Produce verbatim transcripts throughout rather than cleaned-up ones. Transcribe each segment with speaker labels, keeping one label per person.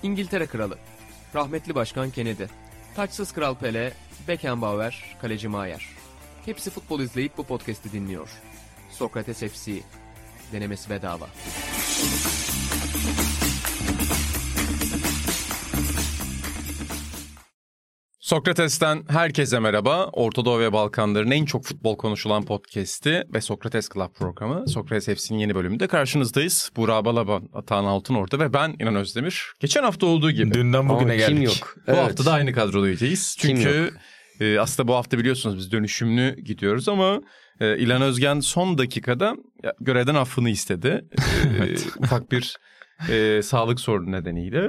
Speaker 1: İngiltere Kralı, rahmetli Başkan Kennedy, taçsız Kral Pele, Beckenbauer, Kaleci Maier. Hepsi futbol izleyip bu podcast'i dinliyor. Sokrates F C, denemesi bedava. Sokrates'ten herkese merhaba. Orta Doğu ve Balkanların en çok futbol konuşulan podcast'i ve Sokrates Club programı Sokrates F C'nin yeni bölümünde karşınızdayız. Burak Balaban, Atahan Altınordu ve ben İnan Özdemir. Geçen hafta olduğu gibi.
Speaker 2: Dünden bugüne
Speaker 1: Ama
Speaker 2: geldik.
Speaker 1: Kim yok? Bu evet. hafta da aynı kadrodayız. Çünkü e, aslında bu hafta biliyorsunuz biz dönüşümlü gidiyoruz ama e, İlhan Özgen son dakikada görevden affını istedi. E, ufak bir e, sağlık sorunu nedeniyle.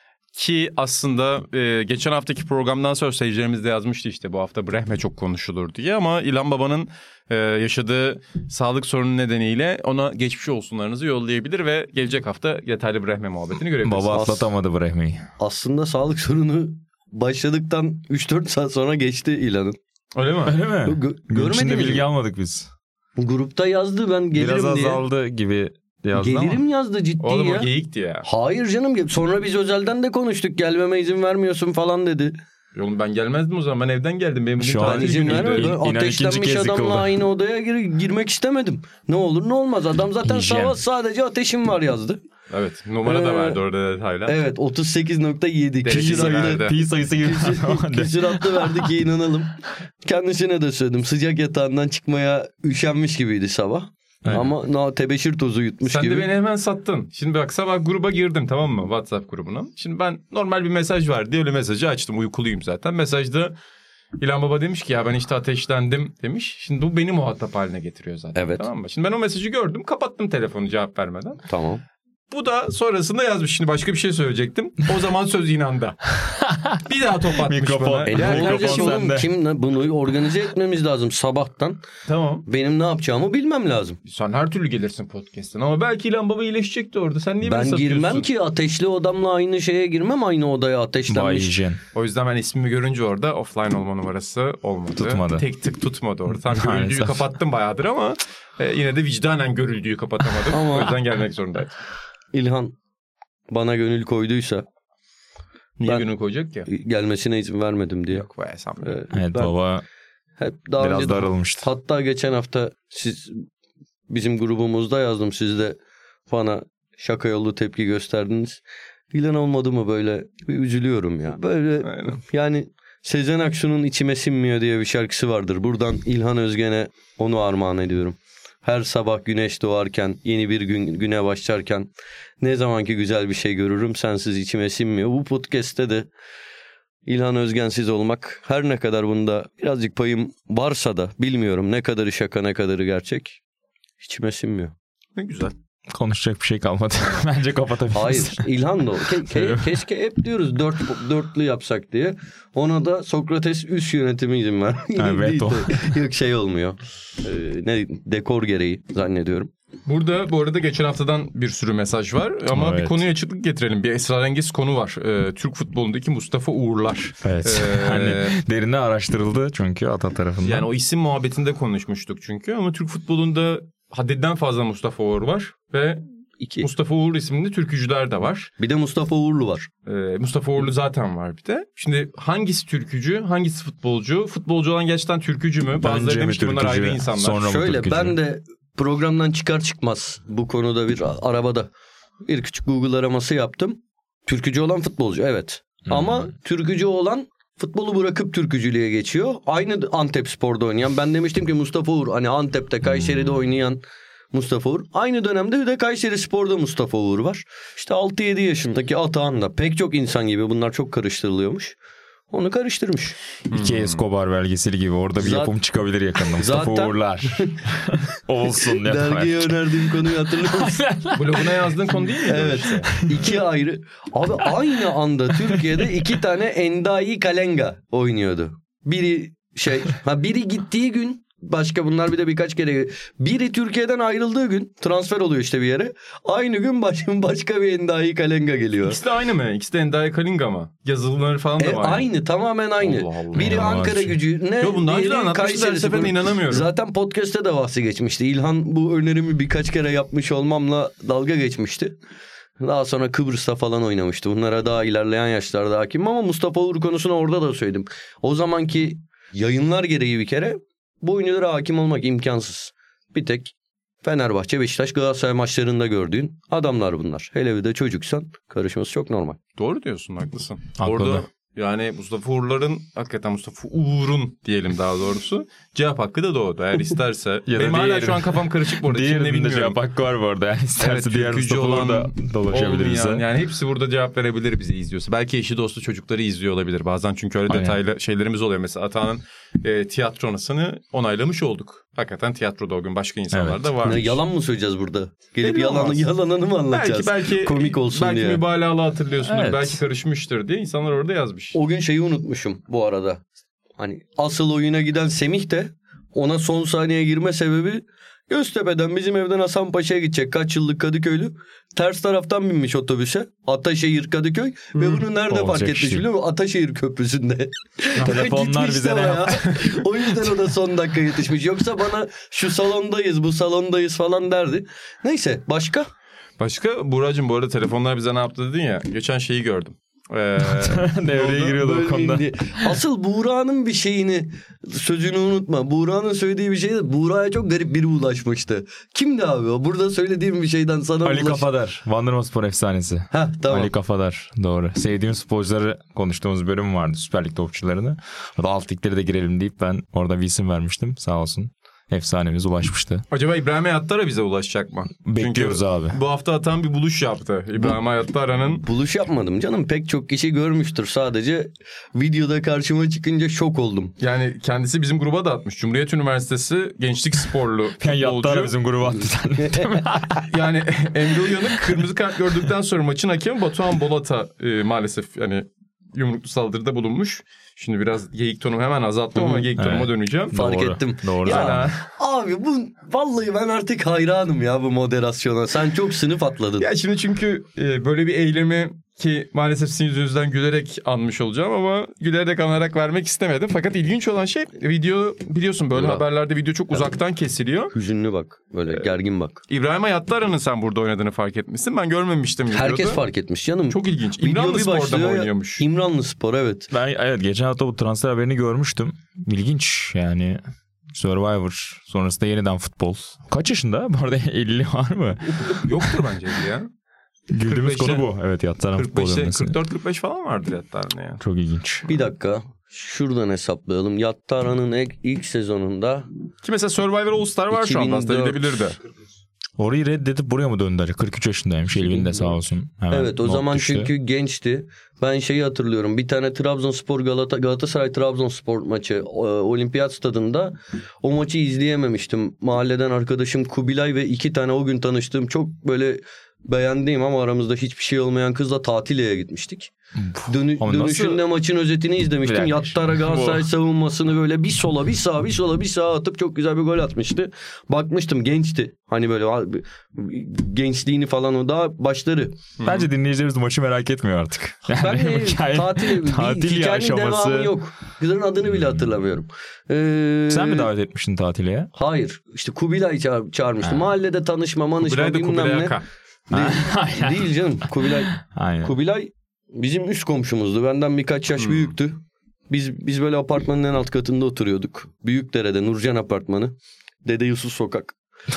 Speaker 1: Ki aslında e, geçen haftaki programdan sonra seyircilerimiz de yazmıştı işte bu hafta Brehme çok konuşulur diye. Ama İlhan Baba'nın e, yaşadığı sağlık sorunu nedeniyle ona geçmiş olsunlarınızı yollayabilir ve gelecek hafta detaylı Brehme muhabbetini görebilirsiniz.
Speaker 2: Baba atlatamadı Brehme'yi.
Speaker 3: Aslında sağlık sorunu başladıktan üç dört saat sonra geçti İlhan'ın.
Speaker 2: Öyle mi? Öyle mi?
Speaker 3: Gö- Görmediniz
Speaker 2: bilgi
Speaker 3: mi?
Speaker 2: almadık biz.
Speaker 3: Bu grupta yazdı ben gelirim
Speaker 2: Biraz
Speaker 3: diye.
Speaker 2: Biraz azaldı gibi yazdı
Speaker 3: Gelirim
Speaker 2: ama.
Speaker 3: yazdı ciddi
Speaker 1: Oğlum,
Speaker 3: ya.
Speaker 1: Oğlum o geyikti ya.
Speaker 3: Hayır canım, sonra biz özelden de konuştuk, gelmeme izin vermiyorsun falan dedi.
Speaker 1: Oğlum ben gelmezdim o zaman, ben evden geldim. Benim
Speaker 3: Şu an izin vermiyor. Ateşlenmiş adamla aynı odaya gir- girmek istemedim. Ne olur ne olmaz, adam zaten savaş, sadece ateşim var yazdı.
Speaker 1: Evet, numara ee, da verdi orada detayla.
Speaker 3: Evet, otuz sekiz nokta yedi küsuratlı,
Speaker 2: pi sayısı gibi.
Speaker 3: küsuratlı verdi ki inanalım. Kendisine de söyledim, sıcak yatağından çıkmaya üşenmiş gibiydi sabah. Aynen. Ama no, tebeşir tozu yutmuş
Speaker 1: Sen
Speaker 3: gibi.
Speaker 1: Sen de beni hemen sattın. Şimdi bak, sabah gruba girdim, tamam mı? WhatsApp grubuna. Şimdi ben normal bir mesaj var diye öyle mesajı açtım. Uykuluyum zaten. Mesajda İlhan Baba demiş ki ya ben işte ateşlendim demiş. Şimdi bu beni muhatap haline getiriyor zaten.
Speaker 3: Evet.
Speaker 1: Tamam mı? Şimdi ben o mesajı gördüm. Kapattım telefonu cevap vermeden.
Speaker 3: Tamam.
Speaker 1: Bu da sonrasında yazmış. Şimdi başka bir şey söyleyecektim. O zaman söz İnan'da. Bir daha top atmış
Speaker 2: mikrofon.
Speaker 1: bana.
Speaker 3: E, yani kardeşim oğlum, kim, bunu organize etmemiz lazım sabahtan.
Speaker 1: Tamam.
Speaker 3: Benim ne yapacağımı bilmem lazım.
Speaker 1: Sen her türlü gelirsin podcast'ten ama belki İlhan Baba iyileşecekti orada. Sen niye
Speaker 3: ben
Speaker 1: beni satıyorsun?
Speaker 3: Ben girmem ki, ateşli odamla aynı şeye girmem, aynı odaya ateşlenmiş.
Speaker 1: O yüzden ben ismimi görünce orada offline olma numarası olmadı.
Speaker 2: Tutmadı.
Speaker 1: Tek tık tutmadı orada. Tam görüldüğü kapattım bayağıdır ama e, yine de vicdanen görüldüğü kapatamadım. Ama... O yüzden gelmek zorundaydım.
Speaker 3: İlhan bana gönül koyduysa
Speaker 1: niye gönül koyacak ki?
Speaker 3: Gelmesine izin vermedim diye.
Speaker 1: Yok be sen.
Speaker 2: Evet, evet baba hep daha biraz önce darılmıştı.
Speaker 3: Hatta geçen hafta siz bizim grubumuzda yazdım, siz de bana şaka yolu tepki gösterdiniz. İlhan olmadı mı böyle bir üzülüyorum ya. Böyle aynen. Yani Sezen Aksu'nun İçime Sinmiyor diye bir şarkısı vardır. Buradan İlhan Özgen'e onu armağan ediyorum. Her sabah güneş doğarken, yeni bir gün güne başlarken ne zamanki güzel bir şey görürüm, sensiz içime sinmiyor. Bu podcast'te de İlhan Özgensiz olmak, her ne kadar bunda birazcık payım varsa da bilmiyorum ne kadarı şaka ne kadarı gerçek, içime sinmiyor.
Speaker 1: Ne güzel.
Speaker 2: Konuşacak bir şey kalmadı. Bence kapatabiliriz.
Speaker 3: Hayır, İlhan da o. Ke- ke- keşke hep diyoruz dört, dörtlü yapsak diye. Ona da Sokrates üst yönetimi izin ver.
Speaker 2: Evet, o.
Speaker 3: Yok şey olmuyor. Ee, ne dekor gereği zannediyorum.
Speaker 1: Burada bu arada geçen haftadan bir sürü mesaj var ama evet. Bir konuya açıklık getirelim. Bir esrarengiz konu var. Ee, Türk futbolundaki Mustafa Uğurlar.
Speaker 2: Evet. Ee, hani derine araştırıldı çünkü Ata tarafından.
Speaker 1: Yani o isim muhabbetinde konuşmuştuk çünkü ama Türk futbolunda haddinden fazla Mustafa Uğur var ve İki. Mustafa Uğur isimli türkücüler de var.
Speaker 3: Bir de Mustafa Uğurlu var.
Speaker 1: Ee, Mustafa Uğurlu zaten var bir de. Şimdi hangisi türkücü, hangisi futbolcu? Futbolcu olan gerçekten türkücü mü? Bazıları
Speaker 2: Bence
Speaker 1: demiş ki bunlar ayrı insanlar.
Speaker 2: Sonra
Speaker 3: şöyle ben de programdan çıkar çıkmaz bu konuda bir arabada bir küçük Google araması yaptım. Türkücü olan futbolcu, evet. Hmm. Ama türkücü olan futbolu bırakıp türkücülüğe geçiyor. Aynı Antepspor'da oynayan. Ben demiştim ki Mustafa Uğur, hani Antep'te, Kayseri'de hmm. oynayan Mustafa Uğur. Aynı dönemde bir de Kayseri Spor'da Mustafa Uğur var. İşte altı yedi yaşındaki Atahan da pek çok insan gibi bunlar çok karıştırılıyormuş. Onu karıştırmış.
Speaker 2: İki hmm. Escobar belgeseli gibi orada bir zaten, yapım çıkabilir yakında. Mustafa zaten, Uğurlar. Olsun.
Speaker 3: Dergiye önerdiğim konuyu hatırlıyor musun?
Speaker 1: Bloguna yazdığın konu değil mi?
Speaker 3: Evet. İki ayrı. Abi aynı anda Türkiye'de iki tane Endayi Kalenga oynuyordu. Biri şey, ha biri gittiği gün, başka bunlar bir de birkaç kere, biri Türkiye'den ayrıldığı gün transfer oluyor işte bir yere. Aynı gün başka, başka bir Endayi Kalenga geliyor.
Speaker 1: İkisi de aynı mı? İkisi de Endayi Kalenga mı? Yazılıları falan da
Speaker 3: e,
Speaker 1: var.
Speaker 3: Aynı, tamamen aynı. Allah Allah. Biri Allah Ankara Allah. Gücü ne?
Speaker 1: Yo, bundan önce anlatmıştı, her seferine inanamıyorum.
Speaker 3: Zaten podcast'te de bahsi geçmişti. İlhan bu önerimi birkaç kere yapmış olmamla dalga geçmişti. Daha sonra Kıbrıs'ta falan oynamıştı. Bunlara daha ilerleyen yaşlarda hakimim ama Mustafa Uğur konusunu orada da söyledim. O zamanki yayınlar gereği bir kere bu oyunculara hakim olmak imkansız. Bir tek Fenerbahçe, Beşiktaş, Galatasaray maçlarında gördüğün adamlar bunlar. Hele bir de çocuksan karışması çok normal.
Speaker 1: Doğru diyorsun, haklısın.
Speaker 2: Haklı.
Speaker 1: Orada yani Mustafa Uğur'ların, hakikaten Mustafa Uğur'un diyelim daha doğrusu cevap hakkı da doğdu. Eğer isterse. Benim hala şu an kafam karışık bu arada. Kim ne bilmiyorum.
Speaker 2: Cevap hakkı var bu arada. Yani isterse
Speaker 1: evet,
Speaker 2: diğer Mustafa Uğur da dolaşabilir bize.
Speaker 1: Yani hepsi burada cevap verebilir bizi izliyorsa. Belki eşi dostu çocukları izliyor olabilir. Bazen çünkü öyle
Speaker 2: Aynen.
Speaker 1: detaylı şeylerimiz oluyor. Mesela Atahan'ın e, tiyatronasını onaylamış olduk. Hakikaten tiyatroda o gün başka insanlar
Speaker 2: evet.
Speaker 1: da varmış.
Speaker 3: Ne, yalan mı söyleyeceğiz burada? Gelip
Speaker 1: Belli
Speaker 3: yalan,
Speaker 1: olmaz.
Speaker 3: yalanını mı anlatacağız?
Speaker 1: Belki belki
Speaker 3: komik olsun
Speaker 1: belki
Speaker 3: diye.
Speaker 1: Belki mübalağalı hatırlıyorsundur.
Speaker 2: Evet.
Speaker 1: Belki karışmıştır diye insanlar orada yazmış.
Speaker 3: O gün şeyi unutmuşum bu arada. Hani asıl oyuna giden Semih de ona son saniye girme sebebi Göztepe'den bizim evden Hasanpaşa'ya gidecek. Kaç yıllık Kadıköylü. Ters taraftan binmiş otobüse. Ataşehir Kadıköy. Hmm. Ve bunu nerede
Speaker 2: Olacak
Speaker 3: fark etmiş
Speaker 2: şey.
Speaker 3: biliyor musun? Ataşehir Köprüsü'nde.
Speaker 2: Telefonlar bize ne yaptı?
Speaker 3: O yüzden o da son dakika yetişmiş. Yoksa bana şu salondayız, bu salondayız falan derdi. Neyse, başka?
Speaker 1: Başka Buğra'cığım, bu arada telefonlar bize ne yaptı dedin ya. Geçen şeyi gördüm. Ee,
Speaker 2: Devreye giriyordu o konuda.
Speaker 3: Diye. Asıl Buğra'nın bir şeyini, sözünü unutma. Buğra'nın söylediği bir şey de Buğra'ya çok garip biri ulaşmıştı. Kimdi abi o? Burada söylediğim bir şeyden sana
Speaker 2: Ali
Speaker 3: ulaş...
Speaker 2: Kafadar. Bandırmaspor efsanesi.
Speaker 3: Heh, tamam.
Speaker 2: Ali Kafadar. Doğru. Sevdiğim sporcuları konuştuğumuz bölüm vardı. Süper Lig topçularını. Orada alt ligleri de girelim deyip ben orada bir isim vermiştim. Sağ olsun. Efsanemiz ulaşmıştı.
Speaker 1: Acaba İbrahim Hayattara bize ulaşacak mı?
Speaker 2: Bekliyoruz
Speaker 1: Çünkü
Speaker 2: abi.
Speaker 1: Bu hafta Atan bir buluş yaptı. İbrahim Hayattara'nın.
Speaker 3: Buluş yapmadım canım. Pek çok kişi görmüştür. Sadece videoda karşıma çıkınca şok oldum.
Speaker 1: Yani kendisi bizim gruba da atmış. Cumhuriyet Üniversitesi Gençlik Sporlu
Speaker 2: Yani Yattara
Speaker 1: futbolcu.
Speaker 2: bizim gruba attı.
Speaker 1: Yani Emre Uyanık kırmızı kart gördükten sonra maçın hakemi Batuhan Bolat'a e, maalesef yani yumruklu saldırıda bulunmuş. Şimdi biraz geyik tonumu hemen azalttım ama geyik tonuma
Speaker 2: evet.
Speaker 1: döneceğim.
Speaker 3: Fark
Speaker 2: Doğru.
Speaker 3: ettim.
Speaker 2: Doğru.
Speaker 3: Ya abi bu vallahi ben artık hayranım ya bu moderasyona. Sen çok sınıf atladın.
Speaker 1: Ya şimdi çünkü e, böyle bir eylemi ki maalesef sizin yüzünüzden gülerek anmış olacağım ama gülerek anarak vermek istemedim. Fakat ilginç olan şey video, biliyorsun böyle
Speaker 3: Bravo.
Speaker 1: haberlerde video çok uzaktan kesiliyor.
Speaker 3: Hüzünlü bak. Böyle gergin bak.
Speaker 1: İbrahim Hayattara'nın sen burada oynadığını fark etmişsin. Ben görmemiştim videoda.
Speaker 3: Herkes fark etmiş canım.
Speaker 1: Çok ilginç.
Speaker 3: Video
Speaker 1: İmranlı
Speaker 3: bir
Speaker 1: Spor'da mı
Speaker 3: başlıyor ya-
Speaker 1: oynuyormuş?
Speaker 3: İmranlı Spor, evet.
Speaker 2: Ben evet geçen hafta bu transfer haberini görmüştüm. İlginç yani. Survivor sonrasında yeniden futbol. Kaç yaşında? Bu arada elli var mı?
Speaker 1: Yoktur bence ya.
Speaker 2: Güldüğümüz konu bu. Evet Yattaran futbol
Speaker 1: kırk beşe,
Speaker 2: dönmesi.
Speaker 1: kırk dört kırk beş falan vardır Hayattara'nın ya.
Speaker 2: Çok ilginç.
Speaker 3: Bir dakika. Şuradan hesaplayalım. Yattara'nın ilk, ilk sezonunda
Speaker 1: Ki mesela Survivor All Star var şu anda, aslında
Speaker 3: iki bin dört
Speaker 1: gidebilirdi.
Speaker 2: Orayı reddedip buraya mı döndü? kırk üç yaşındaymış. Elvin de sağ olsun. Hemen
Speaker 3: evet o
Speaker 2: not
Speaker 3: zaman
Speaker 2: düştü.
Speaker 3: çünkü gençti. Ben şeyi hatırlıyorum. Bir tane Trabzonspor Galata Galatasaray Trabzonspor maçı e, Olimpiyat stadında o maçı izleyememiştim. Mahalleden arkadaşım Kubilay ve iki tane o gün tanıştığım çok böyle beğendiğim ama aramızda hiçbir şey olmayan kızla tatiliye gitmiştik. Dönü,
Speaker 2: Ama
Speaker 3: dönüşünde
Speaker 2: nasıl?
Speaker 3: maçın özetini izlemiştim.
Speaker 2: Bir dakika.
Speaker 3: Yattara Galatasaray
Speaker 2: Bu-
Speaker 3: savunmasını böyle bir sola bir sağa bir sola bir sağa atıp çok güzel bir gol atmıştı. Bakmıştım, gençti. Hani böyle gençliğini falan, o daha başları.
Speaker 2: Bence dinleyicilerimiz maçı merak etmiyor artık. Yani
Speaker 3: Ben de
Speaker 2: hikaye-
Speaker 3: tatil,
Speaker 2: tatil
Speaker 3: bir hikayenin
Speaker 2: aşaması.
Speaker 3: devamı yok. Kızın adını bile hatırlamıyorum. Ee,
Speaker 2: Sen mi davet etmiştin tatiliye?
Speaker 3: Hayır. İşte Kubilay çağır, çağırmıştı.
Speaker 2: Ha.
Speaker 3: Mahallede tanışma manışma
Speaker 1: Kubilay da
Speaker 3: bilmem
Speaker 1: Kubilay
Speaker 3: ne.
Speaker 1: Aka.
Speaker 3: Değil, değil canım. Kubilay
Speaker 2: Aynen.
Speaker 3: Kubilay bizim üst komşumuzdu. Benden birkaç yaş
Speaker 1: Hmm.
Speaker 3: büyüktü. Biz biz böyle apartmanın en alt katında oturuyorduk. Büyükdere'de Nurcan apartmanı. Dede Yusuf sokak.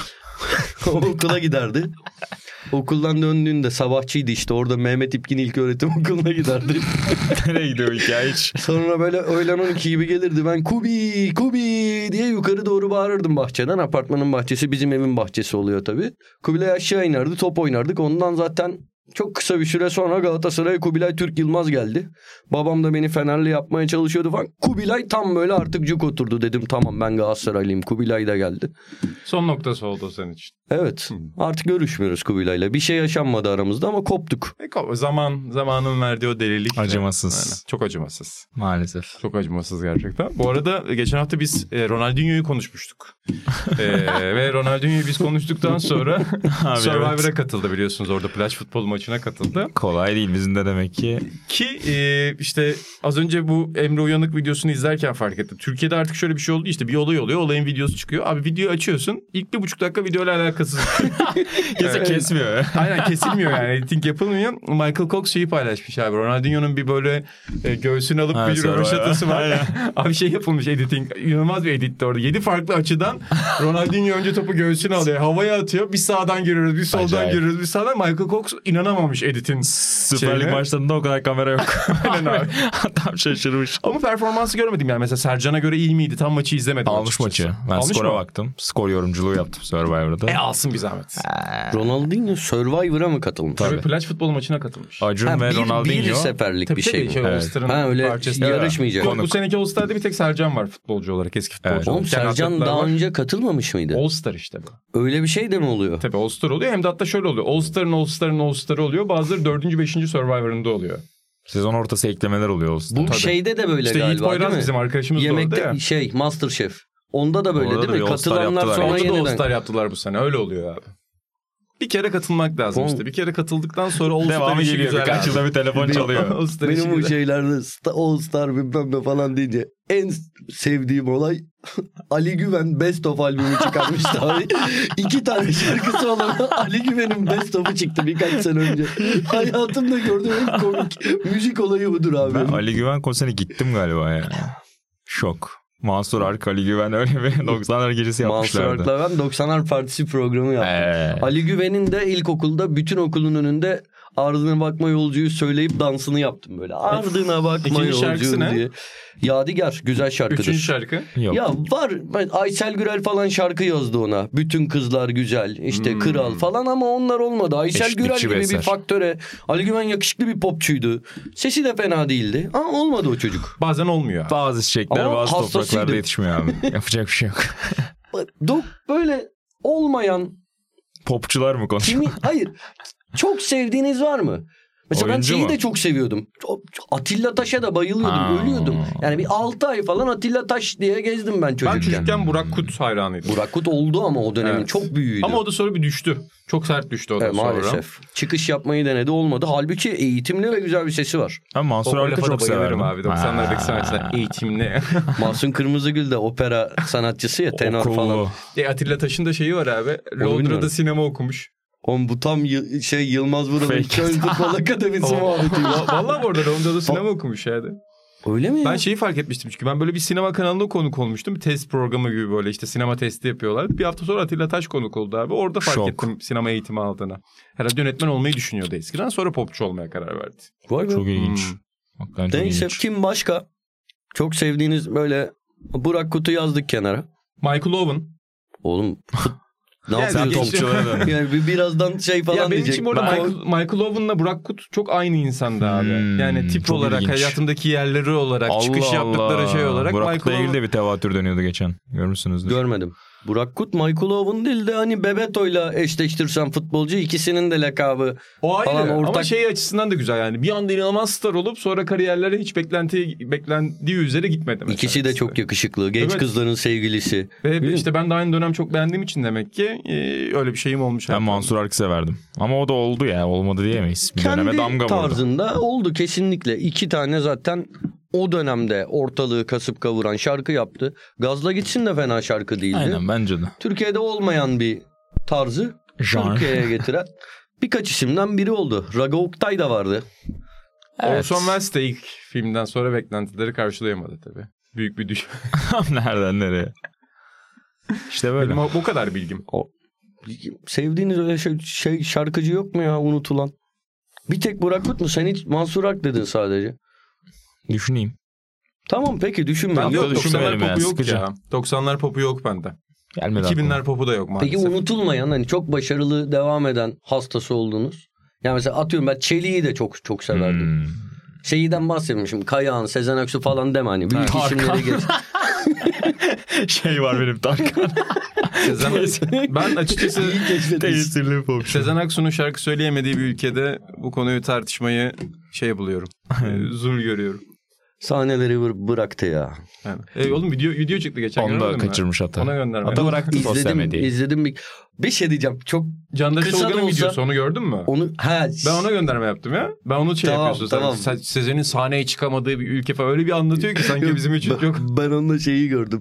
Speaker 3: O okula giderdi. Okuldan döndüğünde sabahçıydı işte. Orada Mehmet İpkin İlköğretim Okulu'na giderdi.
Speaker 2: Nereye gidiyor hikaye hiç?
Speaker 3: Sonra böyle öğlen on iki gibi gelirdi. Ben Kubi, Kubi diye yukarı doğru bağırırdım bahçeden. Apartmanın bahçesi bizim evin bahçesi oluyor tabii. Kubilay aşağı inerdi, top oynardık. Ondan zaten çok kısa bir süre sonra Galatasaray'a Kubilay Türk Yılmaz geldi. Babam da beni Fenerli yapmaya çalışıyordu falan. Kubilay tam böyle artık cuk oturdu, dedim tamam ben Galatasaraylıyım. Kubilay da geldi.
Speaker 1: Son noktası oldu o senin için.
Speaker 3: Evet, artık görüşmüyoruz Kubilay'la. Bir şey yaşanmadı aramızda ama koptuk.
Speaker 1: E, zaman zamanın verdiği o delilik.
Speaker 2: Acımasız.
Speaker 1: Aynen. Çok acımasız.
Speaker 2: Maalesef.
Speaker 1: Çok acımasız gerçekten. Bu arada geçen hafta biz e, Ronaldinho'yu konuşmuştuk. e, ve Ronaldinho'yu biz konuştuktan sonra
Speaker 2: Abi
Speaker 1: Survivor'a
Speaker 2: evet.
Speaker 1: katıldı biliyorsunuz, orada plaj futbol maçına katıldı.
Speaker 2: Kolay değil bizim de demek ki.
Speaker 1: Ki e, işte az önce bu Emre Uyanık videosunu izlerken fark ettim. Türkiye'de artık şöyle bir şey oldu, işte bir olay oluyor, olayın videosu çıkıyor. Abi videoyu açıyorsun, ilk bir buçuk dakika videoyla alakasız.
Speaker 2: Kimse
Speaker 1: Evet.
Speaker 2: kesmiyor.
Speaker 1: Aynen, kesilmiyor yani, editing yapılmıyor. Michael Cox şeyi paylaşmış abi. Ronaldinho'nun bir böyle e, göğsünü alıp
Speaker 2: Ha,
Speaker 1: bir
Speaker 2: sonra
Speaker 1: rövaşatası
Speaker 2: ya.
Speaker 1: var. Abi şey yapılmış editing. İnanılmaz bir editti orada. Yedi farklı açıdan Ronaldinho önce topu göğsüne alıyor. Havaya atıyor. Bir sağdan giriyoruz, bir soldan
Speaker 2: Acayip.
Speaker 1: giriyoruz, bir sağdan. Michael Cox inanamamış editin.
Speaker 2: Süper Lig
Speaker 1: şeyine.
Speaker 2: maçlarında o kadar kamera yok.
Speaker 1: Aynen abi.
Speaker 2: Tam şaşırmış.
Speaker 1: Ama performansı görmedim yani. Mesela Sercan'a göre iyi miydi? Tam maçı izlemedim.
Speaker 2: Almış
Speaker 1: açıkçası.
Speaker 2: maçı. Ben
Speaker 1: Almış
Speaker 2: skora
Speaker 1: mı?
Speaker 2: baktım. Skor yorumculuğu yaptım Survivor'da.
Speaker 1: E alsın bir zahmet.
Speaker 3: Ronaldinho Survivor'a mı katılmış?
Speaker 1: Tabii plaj futbolu maçına katılmış.
Speaker 2: Acun
Speaker 3: Ha,
Speaker 2: ve
Speaker 3: bir,
Speaker 2: Ronaldinho.
Speaker 3: bir seferlik
Speaker 1: Tabii
Speaker 3: bir şey
Speaker 1: tabii,
Speaker 3: mi?
Speaker 1: şey,
Speaker 2: Evet.
Speaker 1: All-Star'ın
Speaker 3: Ha, öyle
Speaker 1: parçası.
Speaker 3: yarışmayacak.
Speaker 1: Yok, bu seneki All-Star'da bir tek Sercan var futbolcu olarak, eski futbolcu
Speaker 2: Evet.
Speaker 3: Oğlum
Speaker 1: olarak. Yani
Speaker 3: Sercan
Speaker 1: atletler
Speaker 3: daha
Speaker 1: var.
Speaker 3: önce katılmamış mıydı?
Speaker 1: All-Star işte bu.
Speaker 3: Öyle bir şey de mi oluyor?
Speaker 1: Tabii All-Star oluyor. Hem de hatta şöyle oluyor. All-Star'ın All-Star'ın All-Star'ı oluyor. Bazıları dördüncü beşinci Survivor'ında oluyor.
Speaker 2: Sezon ortası eklemeler oluyor All-Star.
Speaker 3: Bu
Speaker 1: Tabii.
Speaker 3: şeyde de böyle
Speaker 1: İşte Yiğit
Speaker 3: galiba değil
Speaker 1: Poyraz
Speaker 3: mi?
Speaker 1: bizim arkadaşımız da orada
Speaker 3: Yemekte
Speaker 1: ya.
Speaker 3: şey Masterchef. Onda da böyle
Speaker 2: Orada da
Speaker 3: değil mi?
Speaker 2: bir All-Star
Speaker 3: Katılanlar
Speaker 2: yaptılar.
Speaker 3: sonra
Speaker 1: Orada da
Speaker 3: yeniden.
Speaker 1: All-Star yaptılar bu sene. Öyle oluyor abi. Bir kere katılmak lazım
Speaker 3: Oğlum.
Speaker 1: işte. Bir kere katıldıktan sonra All-Star
Speaker 2: Devamı
Speaker 1: işi
Speaker 2: geliyor.
Speaker 1: güzel.
Speaker 2: Birkaç
Speaker 1: abi.
Speaker 2: yılda bir telefon çalıyor.
Speaker 1: All-Star işi
Speaker 3: Benim bu
Speaker 1: güzel.
Speaker 3: şeylerde Sta- All Star bilmem ne falan deyince en sevdiğim olay Ali Güven Best of albümü çıkarmıştı abi. İki tane şarkısı olan Ali Güven'in Best of'u çıktı birkaç sene önce. Hayatımda gördüğüm en komik müzik olayı budur abi.
Speaker 2: Ben Ali Güven konserine gittim galiba ya. Şok. Mansur Ark, Ali Güven öyle bir doksanlar gecesi
Speaker 3: Mansur
Speaker 2: yapmışlardı.
Speaker 3: Ark'la ben doksanlar Partisi programı yaptım.
Speaker 2: Ee,
Speaker 3: Ali Güven'in de ilkokulda bütün okulun önünde ardına bakma yolcuyu söyleyip dansını yaptım böyle. Ardına bakma
Speaker 1: İkinci şarkısı
Speaker 3: yolcu
Speaker 1: ne?
Speaker 3: diye. Yadigar güzel şarkıdır.
Speaker 1: Üçüncü şarkı.
Speaker 2: yok.
Speaker 3: Ya var Aysel Gürel falan şarkı yazdı ona. Bütün kızlar güzel işte
Speaker 1: Hmm.
Speaker 3: kral falan ama onlar olmadı. Aysel
Speaker 2: Eşlikçi
Speaker 3: Gürel gibi
Speaker 2: bir
Speaker 3: bir
Speaker 2: eser.
Speaker 3: faktöre. Ali Güven yakışıklı bir popçuydu. Sesi de fena değildi ama olmadı o çocuk.
Speaker 1: Bazen olmuyor.
Speaker 2: Bazı çiçekler
Speaker 3: Ama
Speaker 2: bazı
Speaker 3: hastasıydım.
Speaker 2: topraklarda yetişmiyor abi. Yapacak bir şey yok.
Speaker 3: Dok böyle olmayan
Speaker 2: Popçular mı konuşuyor?
Speaker 3: kimi hayır çok sevdiğiniz var mı? Mesela
Speaker 2: Oyuncu
Speaker 3: ben şeyi
Speaker 2: mu?
Speaker 3: de çok seviyordum. O- Atilla Taş'a da bayılıyordum.
Speaker 2: Ha.
Speaker 3: Ölüyordum. Yani bir altı ay falan Atilla Taş diye gezdim ben çocukken.
Speaker 1: Ben çocukken Burak Kut hayranıydım.
Speaker 3: Burak Kut oldu ama o dönemin
Speaker 1: Evet.
Speaker 3: çok büyüğüydü.
Speaker 1: Ama o da sonra bir düştü. Çok sert düştü o da
Speaker 3: Evet,
Speaker 1: sonra.
Speaker 3: maalesef. Çıkış yapmayı denedi olmadı. Halbuki eğitimli ve güzel bir sesi var.
Speaker 2: Ben Mansur
Speaker 1: O
Speaker 2: Ark'ı
Speaker 1: lafa da
Speaker 2: çok
Speaker 1: bayılırım
Speaker 2: severdim.
Speaker 1: abi. doksanlardaki
Speaker 2: Ha.
Speaker 1: sanatçılar eğitimli.
Speaker 3: Mahsun Kırmızıgül de opera sanatçısı ya tenor
Speaker 2: Okullu.
Speaker 3: falan.
Speaker 1: e, Atilla Taş'ın da şeyi var abi.
Speaker 3: bilmiyorum.
Speaker 1: Londra'da sinema okumuş.
Speaker 3: Oğlum bu tam yı- şey Yılmaz Vural'ın
Speaker 2: Fake.
Speaker 3: Köln Futbol Akademisi muhabbeti.
Speaker 1: Va- Vallahi bu arada Londra'da sinema okumuş yani.
Speaker 3: Öyle mi ya?
Speaker 1: Ben şeyi fark etmiştim çünkü ben böyle bir sinema kanalında konuk olmuştum. Bir test programı gibi böyle işte sinema testi yapıyorlar. Bir hafta sonra Atilla Taş konuk oldu abi. Orada fark
Speaker 2: Şok.
Speaker 1: ettim sinema eğitimi aldığını. Herhalde yönetmen olmayı düşünüyordu eskiden. Sonra popçu olmaya karar verdi.
Speaker 3: Vay be.
Speaker 2: Çok ilginç.
Speaker 1: Hmm.
Speaker 2: Hakikaten çok
Speaker 3: Neyse
Speaker 2: ilginç.
Speaker 3: kim başka? Çok sevdiğiniz böyle Burak Kut'u yazdık kenara.
Speaker 1: Michael Owen.
Speaker 3: Oğlum ne
Speaker 1: Yani
Speaker 2: Sen
Speaker 3: yapıyorsun?
Speaker 1: geçti-
Speaker 2: topçulara dön.
Speaker 3: Yani bir birazdan şey falan
Speaker 1: Ya benim
Speaker 3: diyecek.
Speaker 1: için bu arada
Speaker 3: Ben-
Speaker 1: Michael, Michael Owen'la Burak Kut çok aynı insandı abi.
Speaker 2: Hmm,
Speaker 1: yani tip
Speaker 2: çok
Speaker 1: olarak,
Speaker 2: ilginç.
Speaker 1: hayatımdaki yerleri olarak, çıkış yaptıkları şey olarak
Speaker 2: Burak'la
Speaker 1: Michael
Speaker 2: ilgili
Speaker 1: Owen...
Speaker 2: de bir tevatür dönüyordu geçen. Görmüşsünüzdür.
Speaker 3: Görmedim. Burak Kut, Michael Owen değil de hani Bebeto'yla eşleştirsem futbolcu ikisinin de lakabı.
Speaker 1: O ayrı
Speaker 3: falan
Speaker 1: ama
Speaker 3: ortak-
Speaker 1: şey açısından da güzel yani. Bir anda inanılmaz star olup sonra kariyerlere hiç beklenti beklendiği üzere gitmedi mesela.
Speaker 3: İkisi de çok yakışıklı. Genç
Speaker 1: Evet.
Speaker 3: kızların sevgilisi.
Speaker 1: Ve
Speaker 3: Değil
Speaker 1: işte ben de aynı dönem çok beğendiğim için demek ki e, öyle bir şeyim olmuş.
Speaker 2: Ben
Speaker 1: hayatımda.
Speaker 2: Mansur Ark'ı severdim. Ama o da oldu ya. Olmadı diyemeyiz. Bir döneme
Speaker 3: Kendi
Speaker 2: damga vurdu.
Speaker 3: tarzında oldu kesinlikle. İki tane zaten o dönemde ortalığı kasıp kavuran şarkı yaptı. Gazla Gitsin de fena şarkı değildi.
Speaker 2: Aynen bence de.
Speaker 3: Türkiye'de olmayan bir tarzı
Speaker 2: Genre.
Speaker 3: Türkiye'ye getiren birkaç isimden biri oldu. Raga Oktay da vardı.
Speaker 2: Evet.
Speaker 1: Orson Welles de ilk filmden sonra beklentileri karşılayamadı tabii. Büyük bir düş.
Speaker 2: Nereden nereye? İşte böyle.
Speaker 1: Benim o- bu kadar bilgim.
Speaker 3: O, sevdiğiniz öyle şey, şey şarkıcı yok mu ya unutulan? Bir tek Burak Kut mu? Sen hiç Mansur Ak dedin sadece.
Speaker 2: Düşüneyim.
Speaker 3: Tamam peki düşünme.
Speaker 1: Ben
Speaker 2: Ben de
Speaker 1: yok doksanlar
Speaker 2: düşünmeyelim
Speaker 1: popu
Speaker 2: ya,
Speaker 1: yok
Speaker 2: sıkıcı.
Speaker 1: ya. doksanlar popu yok bende.
Speaker 2: Gelmedi
Speaker 1: iki binler
Speaker 2: aklıma.
Speaker 1: popu da yok maalesef.
Speaker 3: Peki unutulmayan hani çok başarılı devam eden hastası oldunuz. Yani mesela atıyorum ben Çelik'i de çok çok severdim.
Speaker 2: Hmm.
Speaker 3: Şeyden bahsetmişim. Kayağan, Sezen Aksu falan deme hani. Büyük
Speaker 2: Ha,
Speaker 3: isimleri geç.
Speaker 2: Şey var benim Tarkan.
Speaker 1: Sezen, ben açıkçası
Speaker 2: Tesirli popçu.
Speaker 1: Sezen Aksu'nun şarkı söyleyemediği bir ülkede bu konuyu tartışmayı şey buluyorum. e, zul görüyorum.
Speaker 3: sahneleri bır- bıraktı ya.
Speaker 1: Yani. E, oğlum video video çıktı geçen gün.
Speaker 2: Onu da kaçırmış
Speaker 1: mi?
Speaker 2: hatta.
Speaker 1: Ona gönderme.
Speaker 2: Hatta bıraktı sosyal
Speaker 3: İzledim,
Speaker 2: medyayı.
Speaker 3: izledim. Bir, bir şey diyeceğim. Çok
Speaker 1: Candaş
Speaker 3: kısa da
Speaker 1: Tolga'nın
Speaker 3: olsa-
Speaker 1: videosu, onu gördün mü?
Speaker 3: onu ha
Speaker 1: Ben ona gönderme yaptım ya. Ben onu şey
Speaker 3: Tamam,
Speaker 1: yapıyorsun.
Speaker 3: tamam.
Speaker 1: Sen, Sezen'in sahneye çıkamadığı bir ülke falan öyle bir anlatıyor ki sanki bizim için
Speaker 3: ben,
Speaker 1: çok...
Speaker 3: Ben onunla şeyi gördüm.